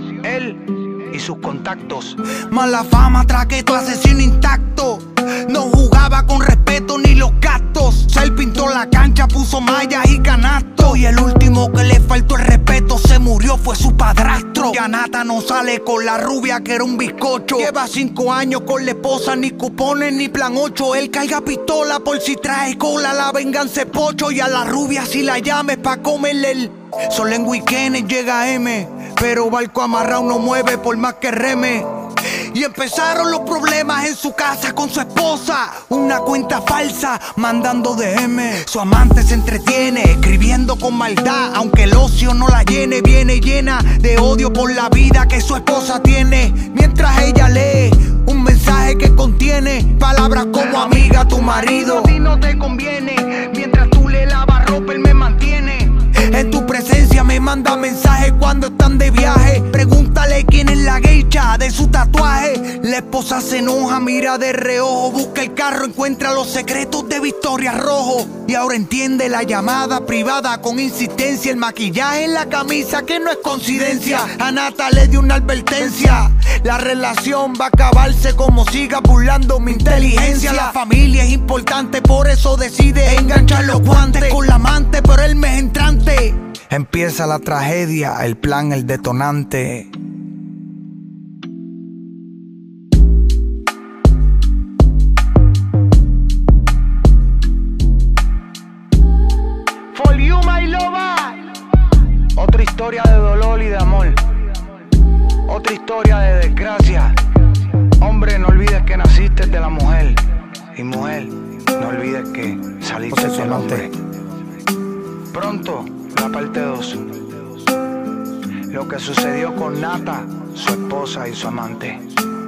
él y sus contactos. Mala fama, traqueto, asesino intacto. No jugaba con respeto ni los gastos. Se pintó la cancha, puso mallas y canastos. Y el último que le faltó el respeto se murió, fue su padrastro. Ya Nata no sale con la rubia que era un bizcocho. Lleva cinco años con la esposa, ni cupones ni plan ocho. Él carga pistola por si trae cola, la venganza es pocho. Y a la rubia si la llames pa' comerle el sol en weekend llega M, pero barco amarrado no mueve por más que reme. Y empezaron los problemas en su casa con su esposa, una cuenta falsa mandando D M. Su amante se entretiene escribiendo con maldad, aunque el ocio no la llene. Viene llena de odio por la vida que su esposa tiene, mientras ella lee un mensaje que contiene palabras como amiga, tu marido a ti no te conviene. Mientras tú le le lava ropa, él me mantiene. En tu presencia me manda mensajes cuando están de viaje. Pregúntale quién es la geisha de su tatuaje. La esposa se enoja, mira de reojo, busca el carro, encuentra los secretos de Victoria Rojo. Y ahora entiende la llamada privada con insistencia, el maquillaje en la camisa que no es coincidencia. A Nata le dio una advertencia, la relación va a acabarse como siga burlando mi inteligencia. La familia es importante, por eso decide enganchar los guantes con la amante, pero él me es entrante. Empieza la tragedia, el plan, el detonante. For you, my lover. Otra historia de dolor y de amor. Otra historia de desgracia. Hombre, no olvides que naciste de la mujer. Y mujer, no olvides que saliste del hombre. Pronto, la parte dos. Lo que sucedió con Nata, su esposa y su amante.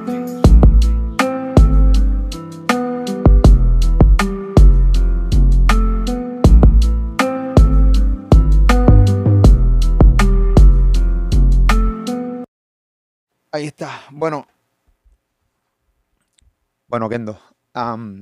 Ahí está. Bueno. Bueno, Kendo. Um,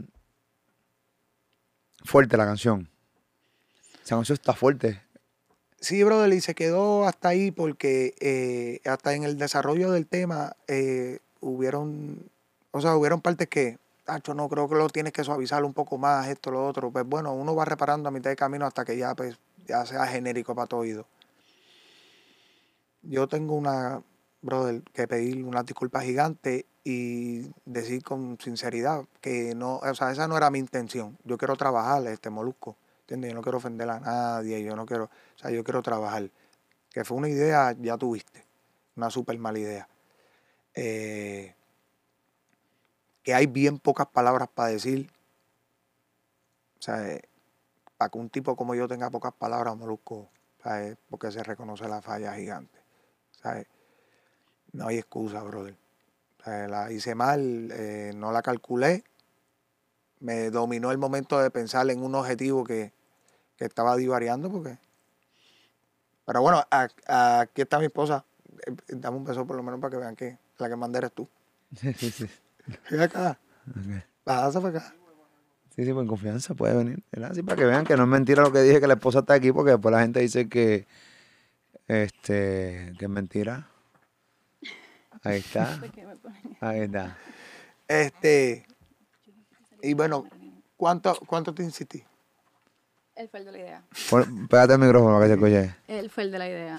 fuerte la canción. Esa canción está fuerte. Sí, brother, y se quedó hasta ahí porque eh, hasta en el desarrollo del tema eh, hubieron, o sea, hubieron partes que, tacho, no, creo que lo tienes que suavizar un poco más, esto, lo otro. Pues bueno, uno va reparando a mitad de camino hasta que ya, pues, ya sea genérico para todo oído. Yo tengo una, brother, que pedir una disculpa gigante y decir con sinceridad que no, o sea, esa no era mi intención. Yo quiero trabajar, este Molusco. ¿Entiendes? Yo no quiero ofender a nadie, yo no quiero, o sea, yo quiero trabajar. Que fue una idea, ya tuviste, una súper mala idea. Eh, que hay bien pocas palabras para decir. O sea, eh, para que un tipo como yo tenga pocas palabras, Molusco, ¿sabes? Porque se reconoce la falla gigante. ¿Sabes? No hay excusa, brother. O sea, la hice mal, eh, no la calculé. Me dominó el momento de pensar en un objetivo que, que estaba divariando porque... Pero bueno, a, a, aquí está mi esposa. Dame un beso por lo menos para que vean que la que manda eres tú. Sí, sí, sí. Ven acá. Okay. Pasa para acá. Sí, sí, con confianza puede venir. ¿Verdad? Así para que vean que no es mentira lo que dije, que la esposa está aquí, porque después la gente dice que, este, que es mentira. Ahí está. Ahí está. Este... Y bueno, ¿cuánto, cuánto te insistí? Él fue el de la idea. Pon- Pégate el micrófono para que se escuche. Él fue el de la idea.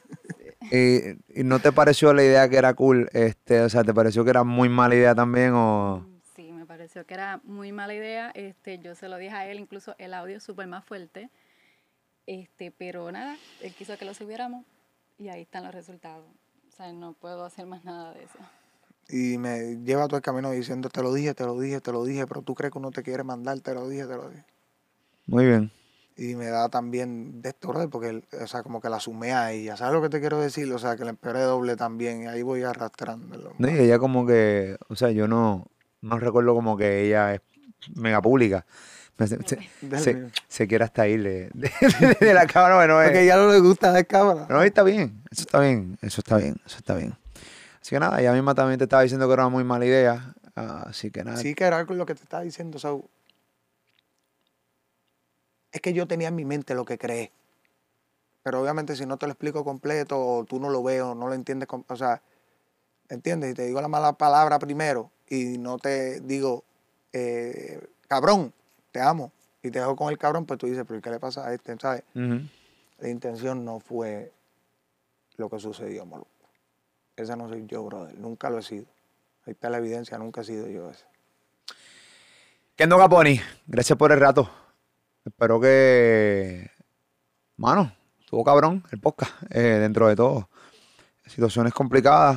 ¿Y, y no te pareció la idea que era cool? Este, o sea, ¿te pareció que era muy mala idea también o...? Sí, me pareció que era muy mala idea. Este, yo se lo dije a él, incluso el audio es súper más fuerte. Este, pero nada, él quiso que lo subiéramos y ahí están los resultados. O sea, no puedo hacer más nada de eso. Y me lleva todo el camino diciendo, te lo dije, te lo dije, te lo dije, pero tú crees que uno te quiere mandar, te lo dije, te lo dije. Muy bien. Y me da también de esto, brother, porque, o sea, como que la sumé a ella. ¿Sabes lo que te quiero decir? O sea, que la empeoré doble también y ahí voy arrastrándolo. No, y ella como que, o sea, yo no, no recuerdo como que ella es mega pública. Me- Se, se, se, se quiere hasta ir de, de, de- de la cámara. Bueno, es- Porque ya no le gusta dar cámara. no, está bien, eso está bien, eso está bien, eso está bien. Así que nada, ella misma también te estaba diciendo que era una muy mala idea. ah, así que nada. Sí, que era algo lo que te estaba diciendo, o sea, es que yo tenía en mi mente lo que creé. Pero obviamente si no te lo explico completo o tú no lo ves o no lo entiendes, com- o sea, ¿entiendes? Y te digo la mala palabra primero y no te digo, eh, cabrón, te amo. Y te dejo con el cabrón, pues tú dices, pero ¿qué le pasa a este? ¿Sabes? Ujú. La intención no fue lo que sucedió, Molusco. Ese no soy yo, brother. Nunca lo he sido. Ahí está la evidencia, nunca he sido yo ese. Kendo Caponi, gracias por el rato. Espero que, mano, estuvo cabrón el podcast, eh, dentro de todo. Situaciones complicadas.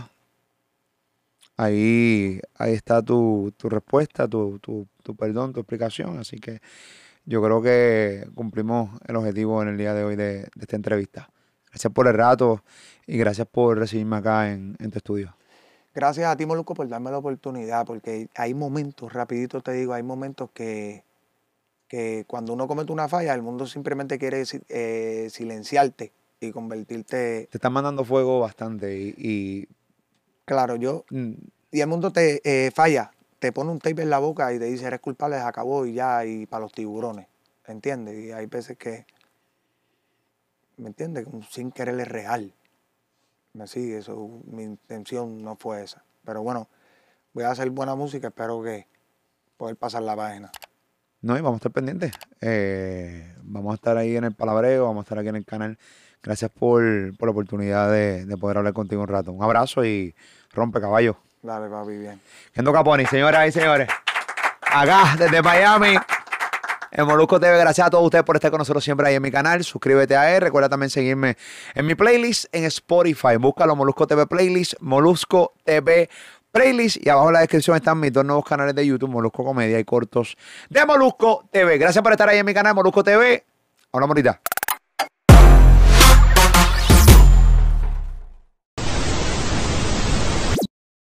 Ahí, ahí está tu, tu respuesta, tu, tu, tu perdón, tu explicación. Así que yo creo que cumplimos el objetivo en el día de hoy de, de esta entrevista. Gracias por el rato y gracias por recibirme acá en, en tu estudio. Gracias a ti, Molusco, por darme la oportunidad, porque hay momentos, rapidito te digo, hay momentos que que cuando uno comete una falla, el mundo simplemente quiere eh, silenciarte y convertirte... Te están mandando fuego bastante y... y claro, yo... mm, Y el mundo te eh, falla, te pone un tape en la boca y te dice, eres culpable, se acabó y ya, y para los tiburones, ¿entiendes? Y hay veces que, ¿me entiendes? Como sin querer es real. Me sigue, eso, mi intención no fue esa. Pero bueno, voy a hacer buena música, espero que poder pasar la página. No, y vamos a estar pendientes. Eh, vamos a estar ahí en el palabreo, vamos a estar aquí en el canal. Gracias por, por la oportunidad de, de poder hablar contigo un rato. Un abrazo y rompe, caballo. Dale, papi, bien. Kendo Caponi, señoras y señores. Acá, desde Miami, en Molusco T V. Gracias a todos ustedes por estar con nosotros siempre ahí en mi canal. Suscríbete a él. Recuerda también seguirme en mi playlist en Spotify. Búscalo, Molusco T V Playlist, Molusco T V Playlist. Y abajo en la descripción están mis dos nuevos canales de YouTube, Molusco Comedia y cortos de Molusco T V. Gracias por estar ahí en mi canal, Molusco T V. Hola, bonita.